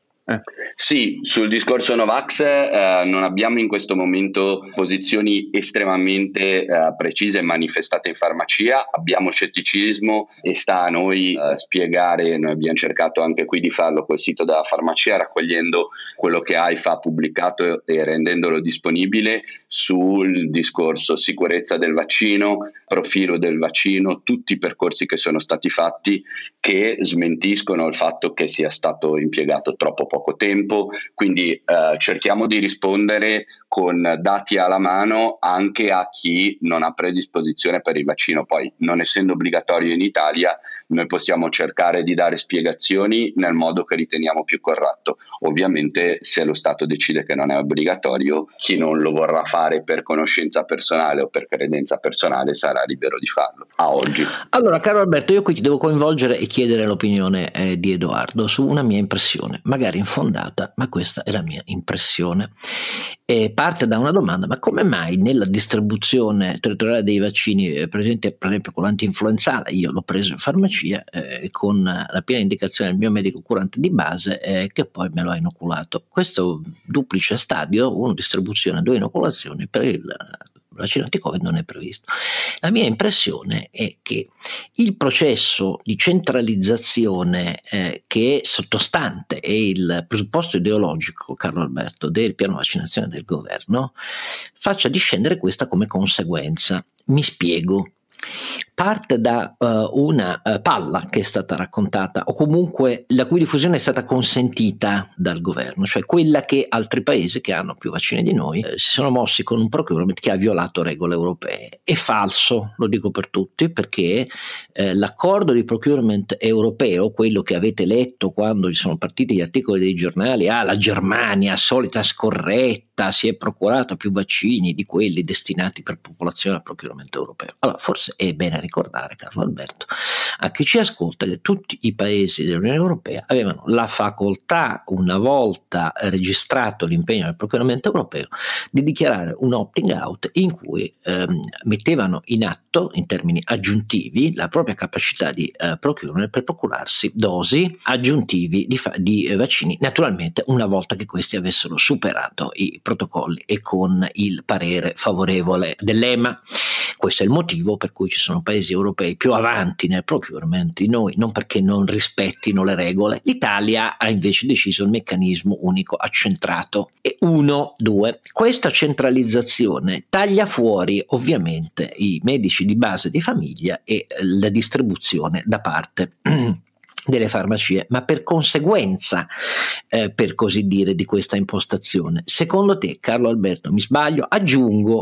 Sì, sul discorso Novax non abbiamo in questo momento posizioni estremamente precise manifestate in farmacia, abbiamo scetticismo e sta a noi spiegare. Noi abbiamo cercato anche qui di farlo col sito della farmacia, raccogliendo quello che AIFA ha pubblicato e rendendolo disponibile sul discorso sicurezza del vaccino, profilo del vaccino, tutti i percorsi che sono stati fatti che smentiscono il fatto che sia stato impiegato troppo poco tempo. Quindi cerchiamo di rispondere con dati alla mano anche a chi non ha predisposizione per il vaccino. Poi, non essendo obbligatorio in Italia, noi possiamo cercare di dare spiegazioni nel modo che riteniamo più corretto. Ovviamente, se lo Stato decide che non è obbligatorio, chi non lo vorrà fare per conoscenza personale o per credenza personale sarà libero di farlo, a oggi. Allora, caro Alberto, io qui ti devo coinvolgere e chiedere l'opinione di Edoardo su una mia impressione, magari infondata, ma questa è la mia impressione. Parte da una domanda: ma come mai nella distribuzione territoriale dei vaccini presenti, per esempio con l'antinfluenzale, io l'ho preso in farmacia con la piena indicazione del mio medico curante di base che poi me lo ha inoculato. Questo duplice stadio, 1 distribuzione, 2 inoculazioni, per il vaccino anti-Covid non è previsto. La mia impressione è che il processo di centralizzazione che è sottostante è il presupposto ideologico, Carlo Alberto, del piano vaccinazione del governo, faccia discendere questa come conseguenza. Mi spiego. Parte da una palla che è stata raccontata, o comunque la cui diffusione è stata consentita dal governo, cioè quella che altri paesi che hanno più vaccini di noi si sono mossi con un procurement che ha violato regole europee. È falso, lo dico per tutti, perché l'accordo di procurement europeo, quello che avete letto quando ci sono partiti gli articoli dei giornali, la Germania solita scorretta, volta si è procurato più vaccini di quelli destinati per popolazione al procuramento europeo. Allora, forse è bene ricordare, Carlo Alberto, a chi ci ascolta, che tutti i paesi dell'Unione Europea avevano la facoltà, una volta registrato l'impegno del procuramento europeo, di dichiarare un opting out in cui mettevano in atto, in termini aggiuntivi, la propria capacità di procurement per procurarsi dosi aggiuntivi di vaccini, naturalmente una volta che questi avessero superato i protocolli e con il parere favorevole dell'EMA. Questo è il motivo per cui ci sono paesi europei più avanti nel procurement di noi, non perché non rispettino le regole. L'Italia ha invece deciso il meccanismo unico accentrato. E 1, 2, questa centralizzazione taglia fuori ovviamente i medici di base di famiglia e la distribuzione da parte delle farmacie, ma per conseguenza, per così dire, di questa impostazione. Secondo te, Carlo Alberto, mi sbaglio? Aggiungo,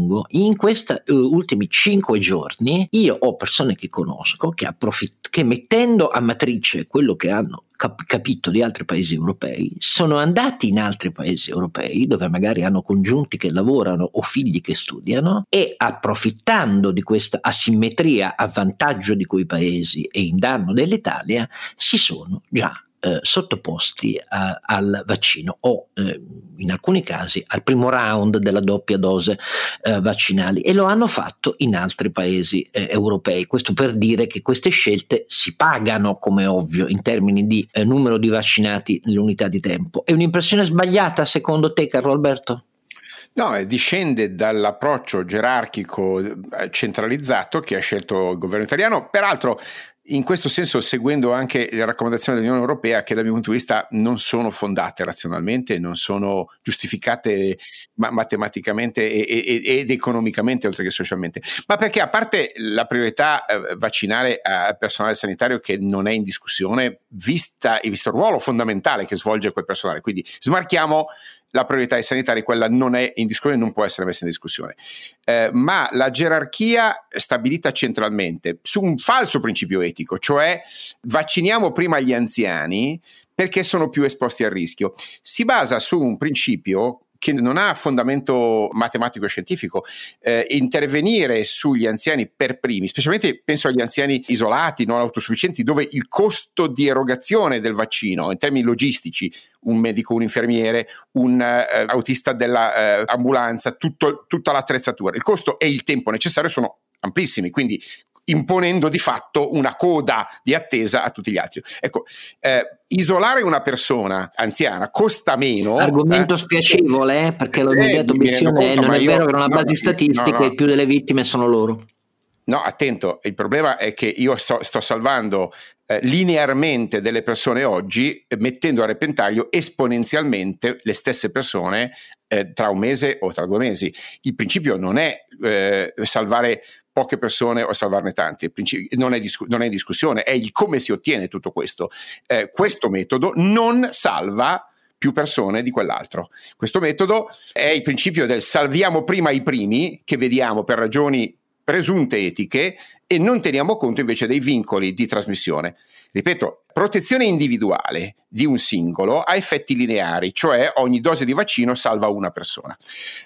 in questi ultimi 5 giorni io ho persone che conosco che mettendo a matrice quello che hanno capito di altri paesi europei, sono andati in altri paesi europei dove magari hanno congiunti che lavorano o figli che studiano, e approfittando di questa asimmetria a vantaggio di quei paesi e in danno dell'Italia, si sono già sottoposti al vaccino o in alcuni casi al primo round della doppia dose vaccinali, e lo hanno fatto in altri paesi europei. Questo per dire che queste scelte si pagano, come ovvio, in termini di numero di vaccinati nell'unità di tempo. È un'impressione sbagliata secondo te, Carlo Alberto? No, discende dall'approccio gerarchico centralizzato che ha scelto il governo italiano, peraltro in questo senso seguendo anche le raccomandazioni dell'Unione Europea, che dal mio punto di vista non sono fondate razionalmente, non sono giustificate matematicamente ed economicamente oltre che socialmente, ma perché, a parte la priorità vaccinale al personale sanitario che non è in discussione, visto il ruolo fondamentale che svolge quel personale, quindi smarchiamo la priorità ai sanitari, quella non è in discussione, non può essere messa in discussione, ma la gerarchia stabilita centralmente su un falso principio etico, cioè vacciniamo prima gli anziani perché sono più esposti al rischio, si basa su un principio che non ha fondamento matematico e scientifico. Intervenire sugli anziani per primi, specialmente penso agli anziani isolati, non autosufficienti, dove il costo di erogazione del vaccino in termini logistici, un medico, un infermiere, un autista dell'ambulanza, tutta l'attrezzatura, il costo e il tempo necessario sono amplissimi, quindi imponendo di fatto una coda di attesa a tutti gli altri. Ecco, isolare una persona anziana costa meno. Argomento spiacevole, perché l'immediata obiezione è: non è vero che non ha basi statistiche, no. Più delle vittime sono loro. No, attento, il problema è che io sto salvando linearmente delle persone oggi, mettendo a repentaglio esponenzialmente le stesse persone tra un mese o tra 2 mesi. Il principio non è salvare poche persone o salvarne tanti, non è in discussione, è il come si ottiene tutto questo. Questo metodo non salva più persone di quell'altro. Questo metodo è il principio del salviamo prima i primi, che vediamo per ragioni presunte etiche, e non teniamo conto invece dei vincoli di trasmissione. Ripeto, protezione individuale di un singolo ha effetti lineari, cioè ogni dose di vaccino salva una persona.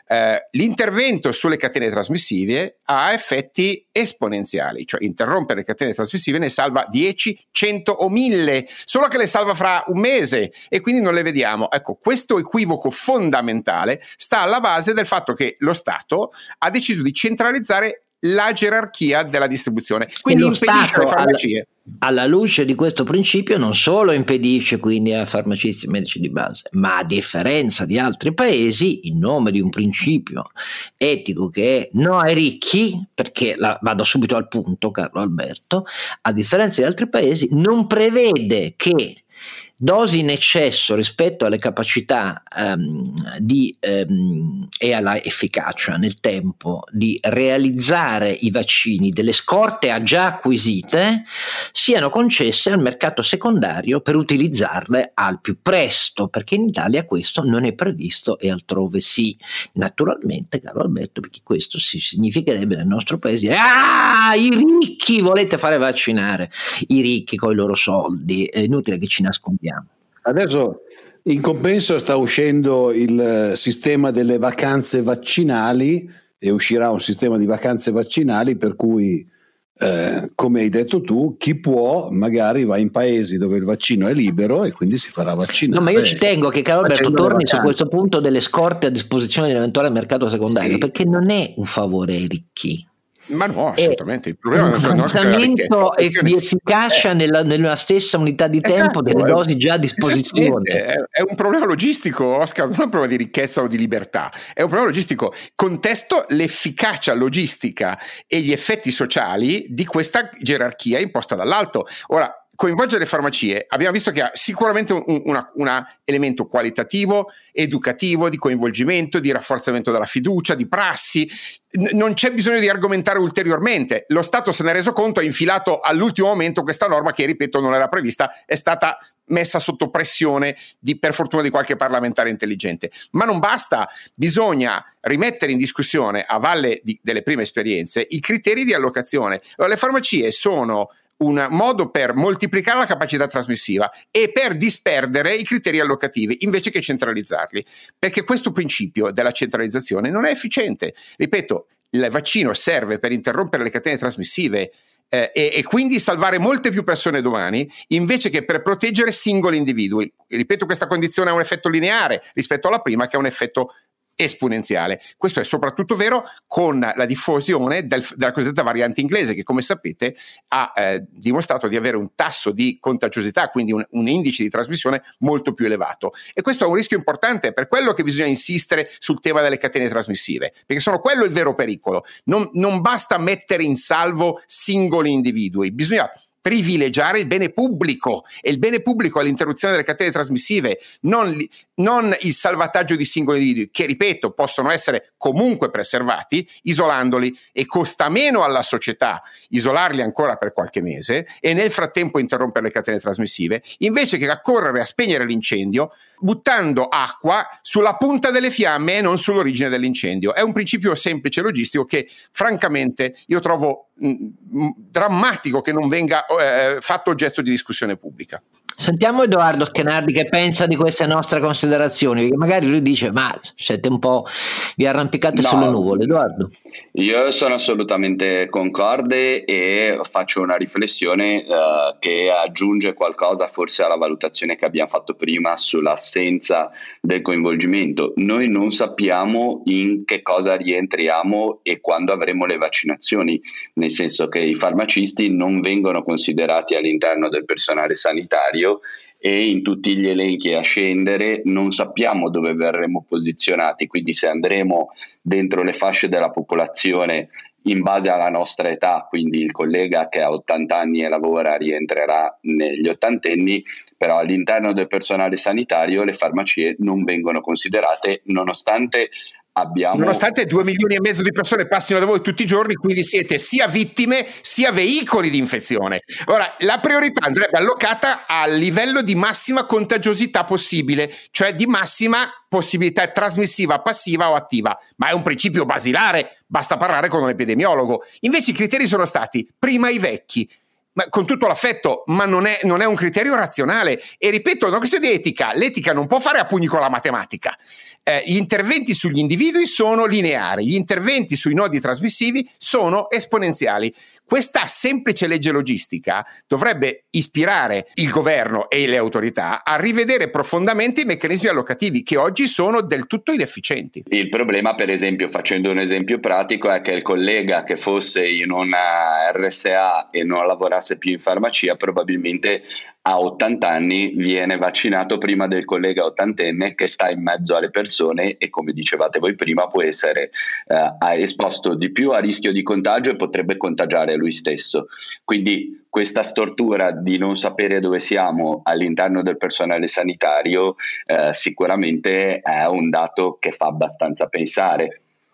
L'intervento sulle catene trasmissive ha effetti esponenziali, cioè interrompere le catene trasmissive ne salva 10, 100 o 1000, solo che le salva fra un mese e quindi non le vediamo. Ecco, questo equivoco fondamentale sta alla base del fatto che lo Stato ha deciso di centralizzare la gerarchia della distribuzione, quindi impedisce alle farmacie. Alla luce di questo principio non solo impedisce quindi a farmacisti e medici di base, ma a differenza di altri paesi, in nome di un principio etico che è no ai ricchi, perché vado subito al punto, Carlo Alberto, a differenza di altri paesi non prevede che dosi in eccesso rispetto alle capacità e alla efficacia nel tempo di realizzare i vaccini delle scorte già acquisite siano concesse al mercato secondario per utilizzarle al più presto, perché in Italia questo non è previsto e altrove sì. Naturalmente, caro Alberto, perché questo significherebbe nel nostro paese i ricchi volete fare vaccinare i ricchi con i loro soldi, è inutile che ci nascondiamo. Adesso In compenso sta uscendo il sistema delle vacanze vaccinali e uscirà un sistema di vacanze vaccinali per cui, come hai detto tu, chi può magari va in paesi dove il vaccino è libero e quindi si farà vaccinare. No, ma io ci tengo che Carlo Alberto torni su questo punto delle scorte a disposizione dell'eventuale mercato secondario, perché non è un favore ai ricchi. Ma no, assolutamente. Il problema è un avanzamento di efficacia nella stessa unità di tempo delle dosi già a disposizione. È un problema logistico, Oscar, non è un problema di ricchezza o di libertà, è un problema logistico. Contesto l'efficacia logistica e gli effetti sociali di questa gerarchia imposta dall'alto. Ora, coinvolgere le farmacie, abbiamo visto che ha sicuramente un elemento qualitativo, educativo, di coinvolgimento, di rafforzamento della fiducia, di prassi. Non c'è bisogno di argomentare ulteriormente. Lo Stato se ne è reso conto, ha infilato all'ultimo momento questa norma che, ripeto, non era prevista, è stata messa sotto pressione per fortuna di qualche parlamentare intelligente. Ma non basta, bisogna rimettere in discussione, a valle delle prime esperienze, i criteri di allocazione. Allora, le farmacie sono un modo per moltiplicare la capacità trasmissiva e per disperdere i criteri allocativi invece che centralizzarli, perché questo principio della centralizzazione non è efficiente. Ripeto, il vaccino serve per interrompere le catene trasmissive e quindi salvare molte più persone domani invece che per proteggere singoli individui. Ripeto, questa condizione ha un effetto lineare rispetto alla prima, che ha un effetto esponenziale. Questo è soprattutto vero con la diffusione della cosiddetta variante inglese, che, come sapete, ha dimostrato di avere un tasso di contagiosità, quindi un indice di trasmissione molto più elevato. E questo è un rischio importante, per quello che bisogna insistere sul tema delle catene trasmissive, perché sono quello il vero pericolo. Non basta mettere in salvo singoli individui, bisogna privilegiare il bene pubblico, e il bene pubblico è l'interruzione delle catene trasmissive, non il salvataggio di singoli individui, che, ripeto, possono essere comunque preservati isolandoli, e costa meno alla società isolarli ancora per qualche mese e nel frattempo interrompere le catene trasmissive, invece che accorrere a spegnere l'incendio buttando acqua sulla punta delle fiamme e non sull'origine dell'incendio. È un principio semplice logistico che francamente io trovo drammatico che non venga fatto oggetto di discussione pubblica. Sentiamo Edoardo Schenardi che pensa di queste nostre considerazioni, perché magari lui dice ma siete un po' vi arrampicate sulle nuvole. Edoardo? Io sono assolutamente concorde e faccio una riflessione che aggiunge qualcosa forse alla valutazione che abbiamo fatto prima sull'assenza del coinvolgimento. Noi non sappiamo in che cosa rientriamo e quando avremo le vaccinazioni, nel senso che i farmacisti non vengono considerati all'interno del personale sanitario e in tutti gli elenchi a scendere non sappiamo dove verremo posizionati, quindi se andremo dentro le fasce della popolazione in base alla nostra età, quindi il collega che ha 80 anni e lavora rientrerà negli ottantenni, però all'interno del personale sanitario le farmacie non vengono considerate, nonostante 2,5 milioni di persone passino da voi tutti i giorni, quindi siete sia vittime sia veicoli di infezione. Ora, la priorità andrebbe allocata al livello di massima contagiosità possibile, cioè di massima possibilità trasmissiva passiva o attiva, ma è un principio basilare, basta parlare con un epidemiologo. Invece i criteri sono stati prima i vecchi, ma con tutto l'affetto, ma non è un criterio razionale. E ripeto, è una questione di etica. L'etica non può fare a pugni con la matematica. Gli interventi sugli individui sono lineari, gli interventi sui nodi trasmissivi sono esponenziali. Questa semplice legge logistica dovrebbe ispirare il governo e le autorità a rivedere profondamente i meccanismi allocativi che oggi sono del tutto inefficienti. Il problema, per esempio, facendo un esempio pratico, è che il collega che fosse in una RSA e non lavorasse più in farmacia probabilmente a 80 anni viene vaccinato prima del collega ottantenne che sta in mezzo alle persone e, come dicevate voi prima, può essere esposto di più a rischio di contagio e potrebbe contagiare lui stesso. Quindi questa stortura di non sapere dove siamo all'interno del personale sanitario sicuramente è un dato che fa abbastanza pensare.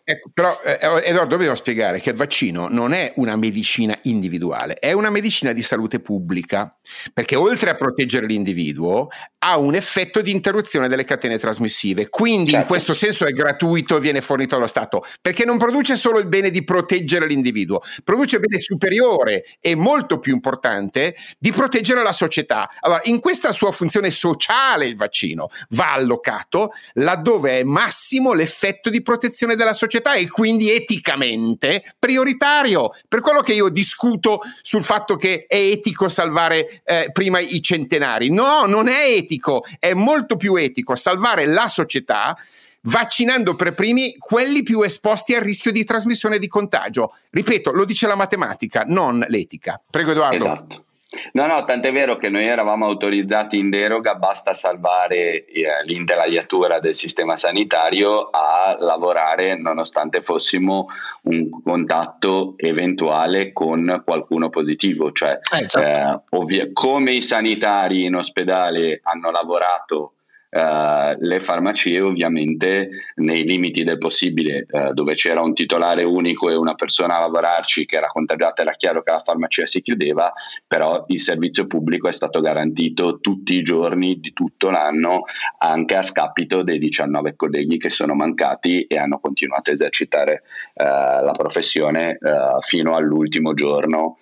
Ecco, però Edoardo, devo spiegare che il vaccino non è una medicina individuale, è una medicina di salute pubblica, perché oltre a proteggere l'individuo ha un effetto di interruzione delle catene trasmissive, quindi in questo senso è gratuito e viene fornito dallo Stato, perché non produce solo il bene di proteggere l'individuo, produce il bene superiore e molto più importante di proteggere la società. Allora, in questa sua funzione sociale il vaccino va allocato laddove è massimo l'effetto di protezione della società e quindi eticamente prioritario. Per quello che io discuto sul fatto che è etico salvare prima i centenari. No, non è etico, è molto più etico salvare la società vaccinando per primi quelli più esposti al rischio di trasmissione e di contagio. Ripeto, lo dice la matematica, non l'etica. Prego Edoardo. Esatto. No, tant'è vero che noi eravamo autorizzati in deroga, basta salvare l'intelaiatura del sistema sanitario a lavorare nonostante fossimo un contatto eventuale con qualcuno positivo, cioè come i sanitari in ospedale hanno lavorato le farmacie ovviamente nei limiti del possibile, dove c'era un titolare unico e una persona a lavorarci che era contagiata, era chiaro che la farmacia si chiudeva, però il servizio pubblico è stato garantito tutti i giorni di tutto l'anno, anche a scapito dei 19 colleghi che sono mancati e hanno continuato a esercitare la professione fino all'ultimo giorno.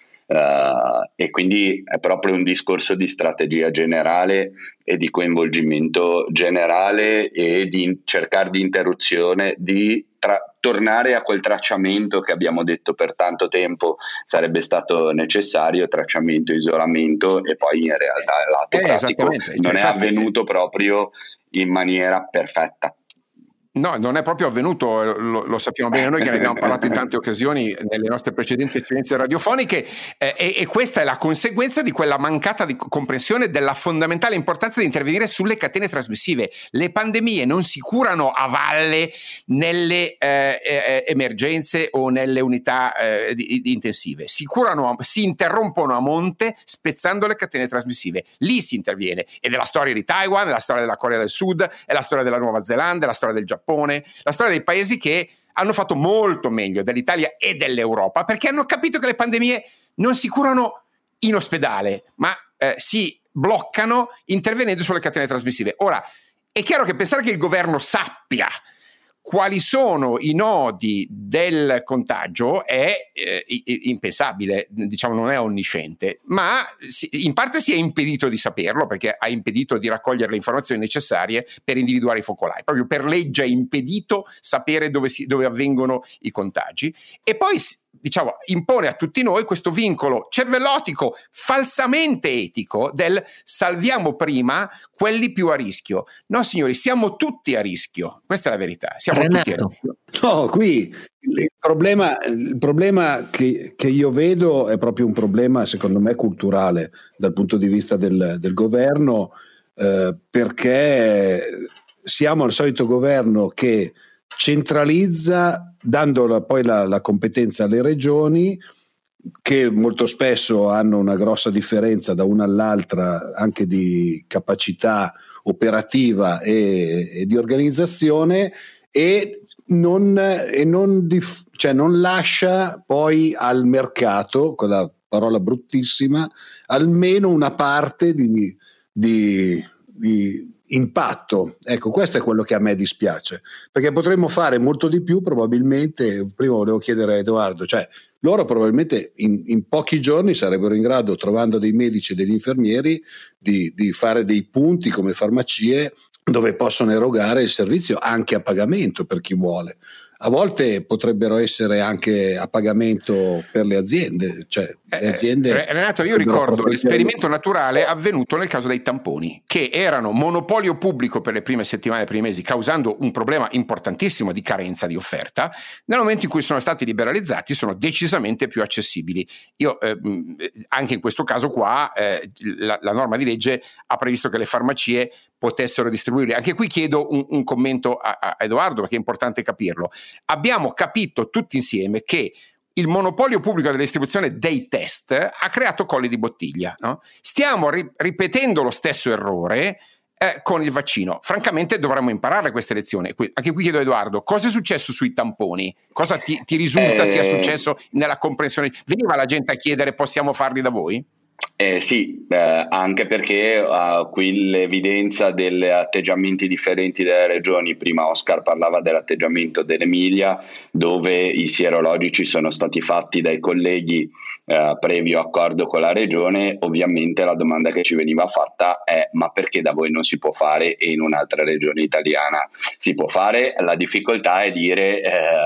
E quindi è proprio un discorso di strategia generale e di coinvolgimento generale e di cercare di interruzione, di tornare a quel tracciamento che abbiamo detto per tanto tempo sarebbe stato necessario, tracciamento, isolamento, e poi in realtà il lato pratico non è avvenuto proprio in maniera perfetta. No, non è proprio avvenuto, lo sappiamo bene noi che ne abbiamo parlato in tante occasioni nelle nostre precedenti esperienze radiofoniche, e questa è la conseguenza di quella mancata di comprensione della fondamentale importanza di intervenire sulle catene trasmissive. Le pandemie non si curano a valle nelle emergenze o nelle unità intensive, si interrompono a monte spezzando le catene trasmissive. Lì si interviene, ed è la storia di Taiwan, è la storia della Corea del Sud, è la storia della Nuova Zelanda, è la storia del Giappone, la storia dei paesi che hanno fatto molto meglio dell'Italia e dell'Europa, perché hanno capito che le pandemie non si curano in ospedale, ma si bloccano intervenendo sulle catene trasmissive. Ora, è chiaro che pensare che il governo sappia quali sono i nodi del contagio è impensabile, diciamo non è onnisciente, ma in parte si è impedito di saperlo, perché ha impedito di raccogliere le informazioni necessarie per individuare i focolai, proprio per legge è impedito sapere dove avvengono i contagi, e poi diciamo impone a tutti noi questo vincolo cervellotico falsamente etico del salviamo prima quelli più a rischio. No signori, siamo tutti a rischio, questa è la verità, siamo tutti a rischio. No, qui il problema che io vedo è proprio un problema secondo me culturale dal punto di vista del governo, perché siamo al solito governo che centralizza dando poi la competenza alle regioni, che molto spesso hanno una grossa differenza da una all'altra anche di capacità operativa e di organizzazione, e non lascia poi al mercato, quella parola bruttissima, almeno una parte di impatto. Ecco, questo è quello che a me dispiace, perché potremmo fare molto di più probabilmente. Prima volevo chiedere a Edoardo, cioè loro probabilmente in pochi giorni sarebbero in grado, trovando dei medici e degli infermieri, di fare dei punti come farmacie dove possono erogare il servizio anche a pagamento per chi vuole. A volte potrebbero essere anche a pagamento per le aziende, cioè le aziende. Renato, io ricordo l'esperimento naturale avvenuto nel caso dei tamponi, che erano monopolio pubblico per le prime settimane, primi mesi, causando un problema importantissimo di carenza di offerta. Nel momento in cui sono stati liberalizzati sono decisamente più accessibili. Io anche in questo caso qua la norma di legge ha previsto che le farmacie potessero distribuire. Anche qui chiedo un commento a Edoardo, perché è importante capirlo. Abbiamo capito tutti insieme che il monopolio pubblico della distribuzione dei test ha creato colli di bottiglia, no? Stiamo ripetendo lo stesso errore con il vaccino. Francamente dovremmo imparare queste lezioni. Anche qui chiedo a Edoardo, cosa è successo sui tamponi? Cosa ti risulta sia successo nella comprensione? Veniva la gente a chiedere: possiamo farli da voi? Sì, anche perché qui l'evidenza degli atteggiamenti differenti delle regioni. Prima Oscar parlava dell'atteggiamento dell'Emilia, dove i sierologici sono stati fatti dai colleghi previo accordo con la regione. Ovviamente la domanda che ci veniva fatta è: ma perché da voi non si può fare e in un'altra regione italiana si può fare? La difficoltà è dire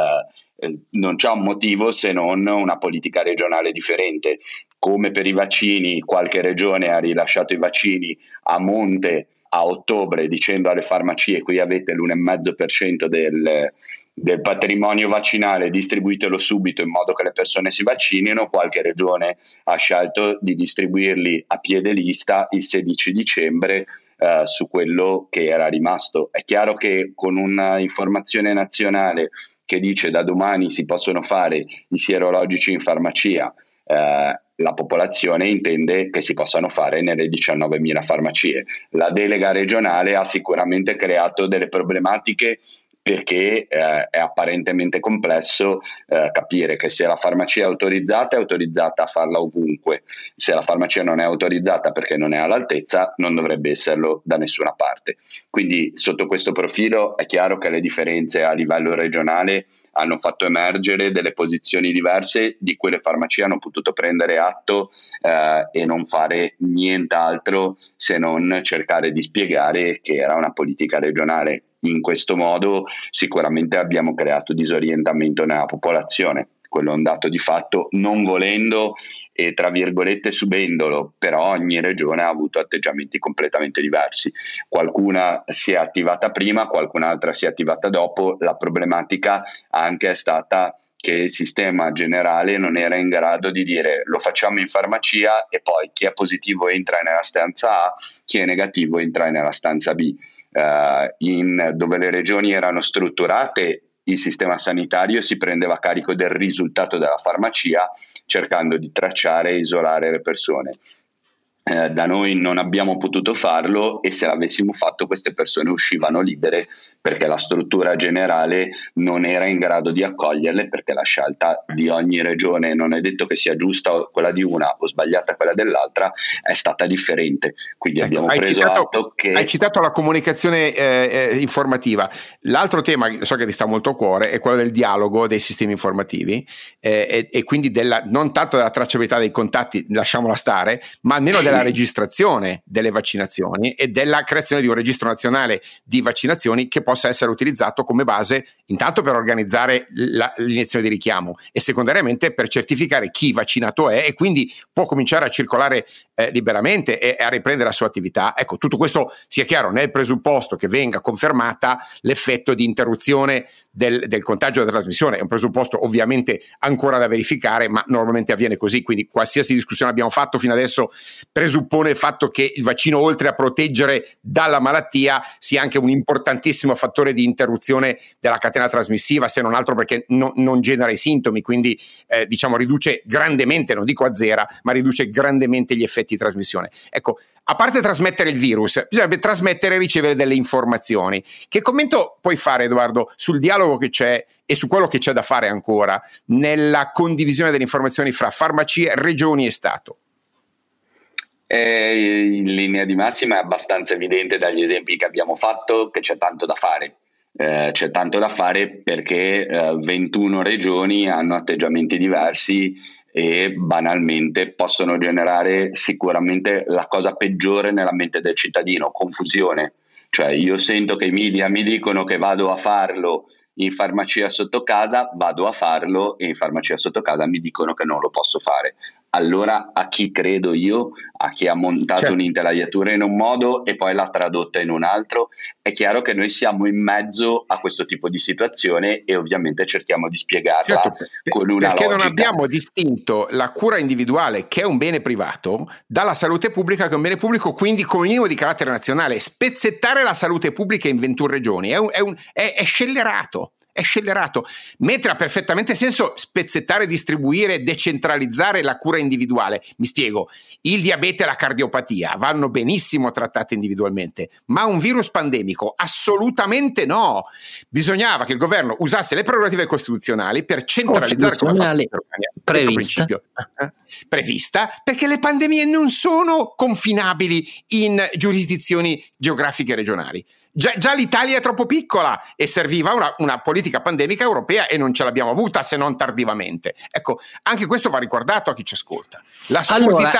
non c'è un motivo se non una politica regionale differente. Come per i vaccini, qualche regione ha rilasciato i vaccini a monte a ottobre, dicendo alle farmacie: qui avete l'1,5% del patrimonio vaccinale, distribuitelo subito in modo che le persone si vaccinino. Qualche regione ha scelto di distribuirli a piede lista il 16 dicembre su quello che era rimasto. È chiaro che con una informazione nazionale che dice da domani si possono fare i sierologici in farmacia, la popolazione intende che si possano fare nelle 19.000 farmacie. La delega regionale ha sicuramente creato delle problematiche, perché è apparentemente complesso capire che se la farmacia è autorizzata a farla ovunque. Se la farmacia non è autorizzata perché non è all'altezza, non dovrebbe esserlo da nessuna parte. Quindi sotto questo profilo è chiaro che le differenze a livello regionale hanno fatto emergere delle posizioni diverse, di cui le farmacie hanno potuto prendere atto e non fare nient'altro se non cercare di spiegare che era una politica regionale. In questo modo sicuramente abbiamo creato disorientamento nella popolazione. Quello è un dato di fatto, non volendo e tra virgolette subendolo, però ogni regione ha avuto atteggiamenti completamente diversi. Qualcuna si è attivata prima, qualcun'altra si è attivata dopo. La problematica anche è stata che il sistema generale non era in grado di dire: lo facciamo in farmacia e poi chi è positivo entra nella stanza A, chi è negativo entra nella stanza B. Dove le regioni erano strutturate, il sistema sanitario si prendeva carico del risultato della farmacia, cercando di tracciare e isolare le persone. Da noi non abbiamo potuto farlo, e se l'avessimo fatto queste persone uscivano libere, perché la struttura generale non era in grado di accoglierle, perché la scelta di ogni regione, non è detto che sia giusta quella di una o sbagliata quella dell'altra, è stata differente. Quindi abbiamo preso atto che... Hai citato la comunicazione informativa. L'altro tema, so che ti sta molto a cuore, è quello del dialogo dei sistemi informativi e quindi non tanto della tracciabilità dei contatti, lasciamola stare, ma almeno della registrazione delle vaccinazioni e della creazione di un registro nazionale di vaccinazioni che possa essere utilizzato come base intanto per organizzare l'iniezione di richiamo e secondariamente per certificare chi vaccinato è, e quindi può cominciare a circolare liberamente e a riprendere la sua attività. Ecco, tutto questo sia chiaro nel presupposto che venga confermata l'effetto di interruzione del contagio della trasmissione. È un presupposto ovviamente ancora da verificare, ma normalmente avviene così, quindi qualsiasi discussione abbiamo fatto fino adesso presuppone il fatto che il vaccino, oltre a proteggere dalla malattia, sia anche un importantissimo fattore di interruzione della catena trasmissiva, se non altro perché non genera i sintomi, quindi riduce grandemente, non dico azzera, ma riduce grandemente gli effetti di trasmissione. Ecco, a parte trasmettere il virus, bisognerebbe trasmettere e ricevere delle informazioni. Che commento puoi fare, Edoardo, sul dialogo che c'è e su quello che c'è da fare ancora nella condivisione delle informazioni fra farmacie, regioni e Stato? In linea di massima è abbastanza evidente dagli esempi che abbiamo fatto che c'è tanto da fare. C'è tanto da fare perché 21 regioni hanno atteggiamenti diversi e banalmente possono generare sicuramente la cosa peggiore nella mente del cittadino: confusione. Cioè, io sento che i media mi dicono che vado a farlo in farmacia sotto casa, vado a farlo e in farmacia sotto casa mi dicono che non lo posso fare. Allora a chi credo io? A chi ha montato un'intelaiatura in un modo e poi l'ha tradotta in un altro? È chiaro che noi siamo in mezzo a questo tipo di situazione e ovviamente cerchiamo di spiegarla con una perché logica. Non abbiamo distinto la cura individuale, che è un bene privato, dalla salute pubblica, che è un bene pubblico, quindi come minimo di carattere nazionale. Spezzettare la salute pubblica in 21 regioni è scellerato. è scellerato, mentre ha perfettamente senso spezzettare, distribuire, decentralizzare la cura individuale. Mi spiego, il diabete e la cardiopatia vanno benissimo trattate individualmente, ma un virus pandemico assolutamente no. Bisognava che il governo usasse le prerogative costituzionali per centralizzare, come ha fatto prevista, perché le pandemie non sono confinabili in giurisdizioni geografiche regionali. Già l'Italia è troppo piccola e serviva una politica pandemica europea e non ce l'abbiamo avuta, se non tardivamente. Ecco, anche questo va ricordato a chi ci ascolta. L'assurdità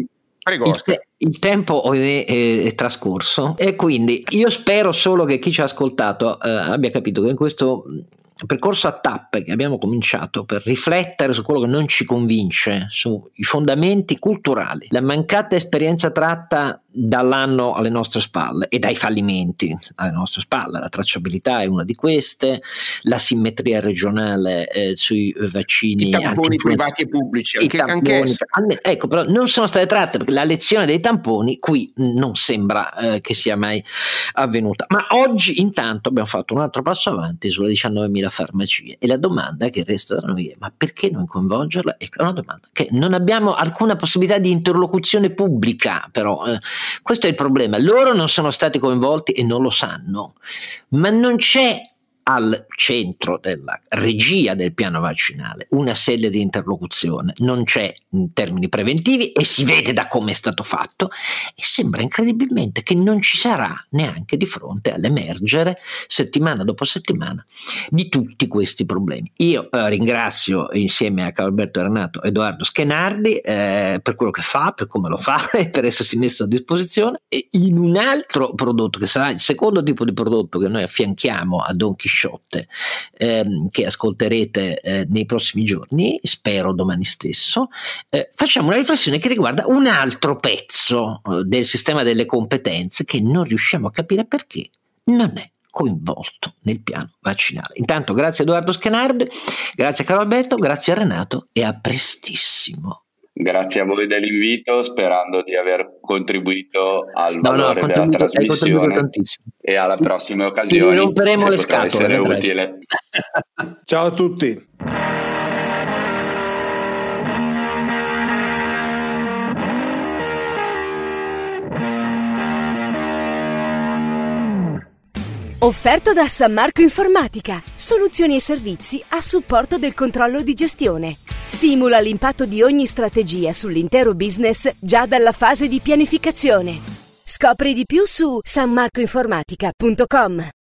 il tempo è trascorso e quindi io spero solo che chi ci ha ascoltato abbia capito che in questo percorso a tappe che abbiamo cominciato per riflettere su quello che non ci convince, sui fondamenti culturali, la mancata esperienza tratta dall'anno alle nostre spalle e dai fallimenti alle nostre spalle, la tracciabilità è una di queste, la simmetria regionale sui vaccini, i tamponi privati e pubblici, ecco, però non sono state tratte, perché la lezione dei tamponi qui non sembra che sia mai avvenuta. Ma oggi intanto abbiamo fatto un altro passo avanti sulle 19.000 farmacie e la domanda che resta da noi è: ma perché non coinvolgerla? Ecco, è una domanda che non abbiamo alcuna possibilità di interlocuzione pubblica, però questo è il problema. Loro non sono stati coinvolti e non lo sanno, ma non c'è al centro della regia del piano vaccinale una sede di interlocuzione, non c'è in termini preventivi e si vede da come è stato fatto, e sembra incredibilmente che non ci sarà neanche di fronte all'emergere settimana dopo settimana di tutti questi problemi. Io ringrazio insieme a Carlalberto e Renato Edoardo Schenardi per quello che fa, per come lo fa e per essersi messo a disposizione, e in un altro prodotto che sarà il secondo tipo di prodotto che noi affianchiamo a Don Chisciotte, che ascolterete nei prossimi giorni, spero domani stesso, facciamo una riflessione che riguarda un altro pezzo del sistema delle competenze che non riusciamo a capire perché non è coinvolto nel piano vaccinale. Intanto grazie a Edoardo Schenardi, grazie a Carlalberto, grazie a Renato e a prestissimo. Grazie a voi dell'invito, sperando di aver contribuito al valore della trasmissione, e alla prossima occasione romperemo le scatole, essere utile. Ciao a tutti. Offerto da San Marco Informatica, soluzioni e servizi a supporto del controllo di gestione. Simula l'impatto di ogni strategia sull'intero business già dalla fase di pianificazione. Scopri di più su sanmarcoinformatica.com.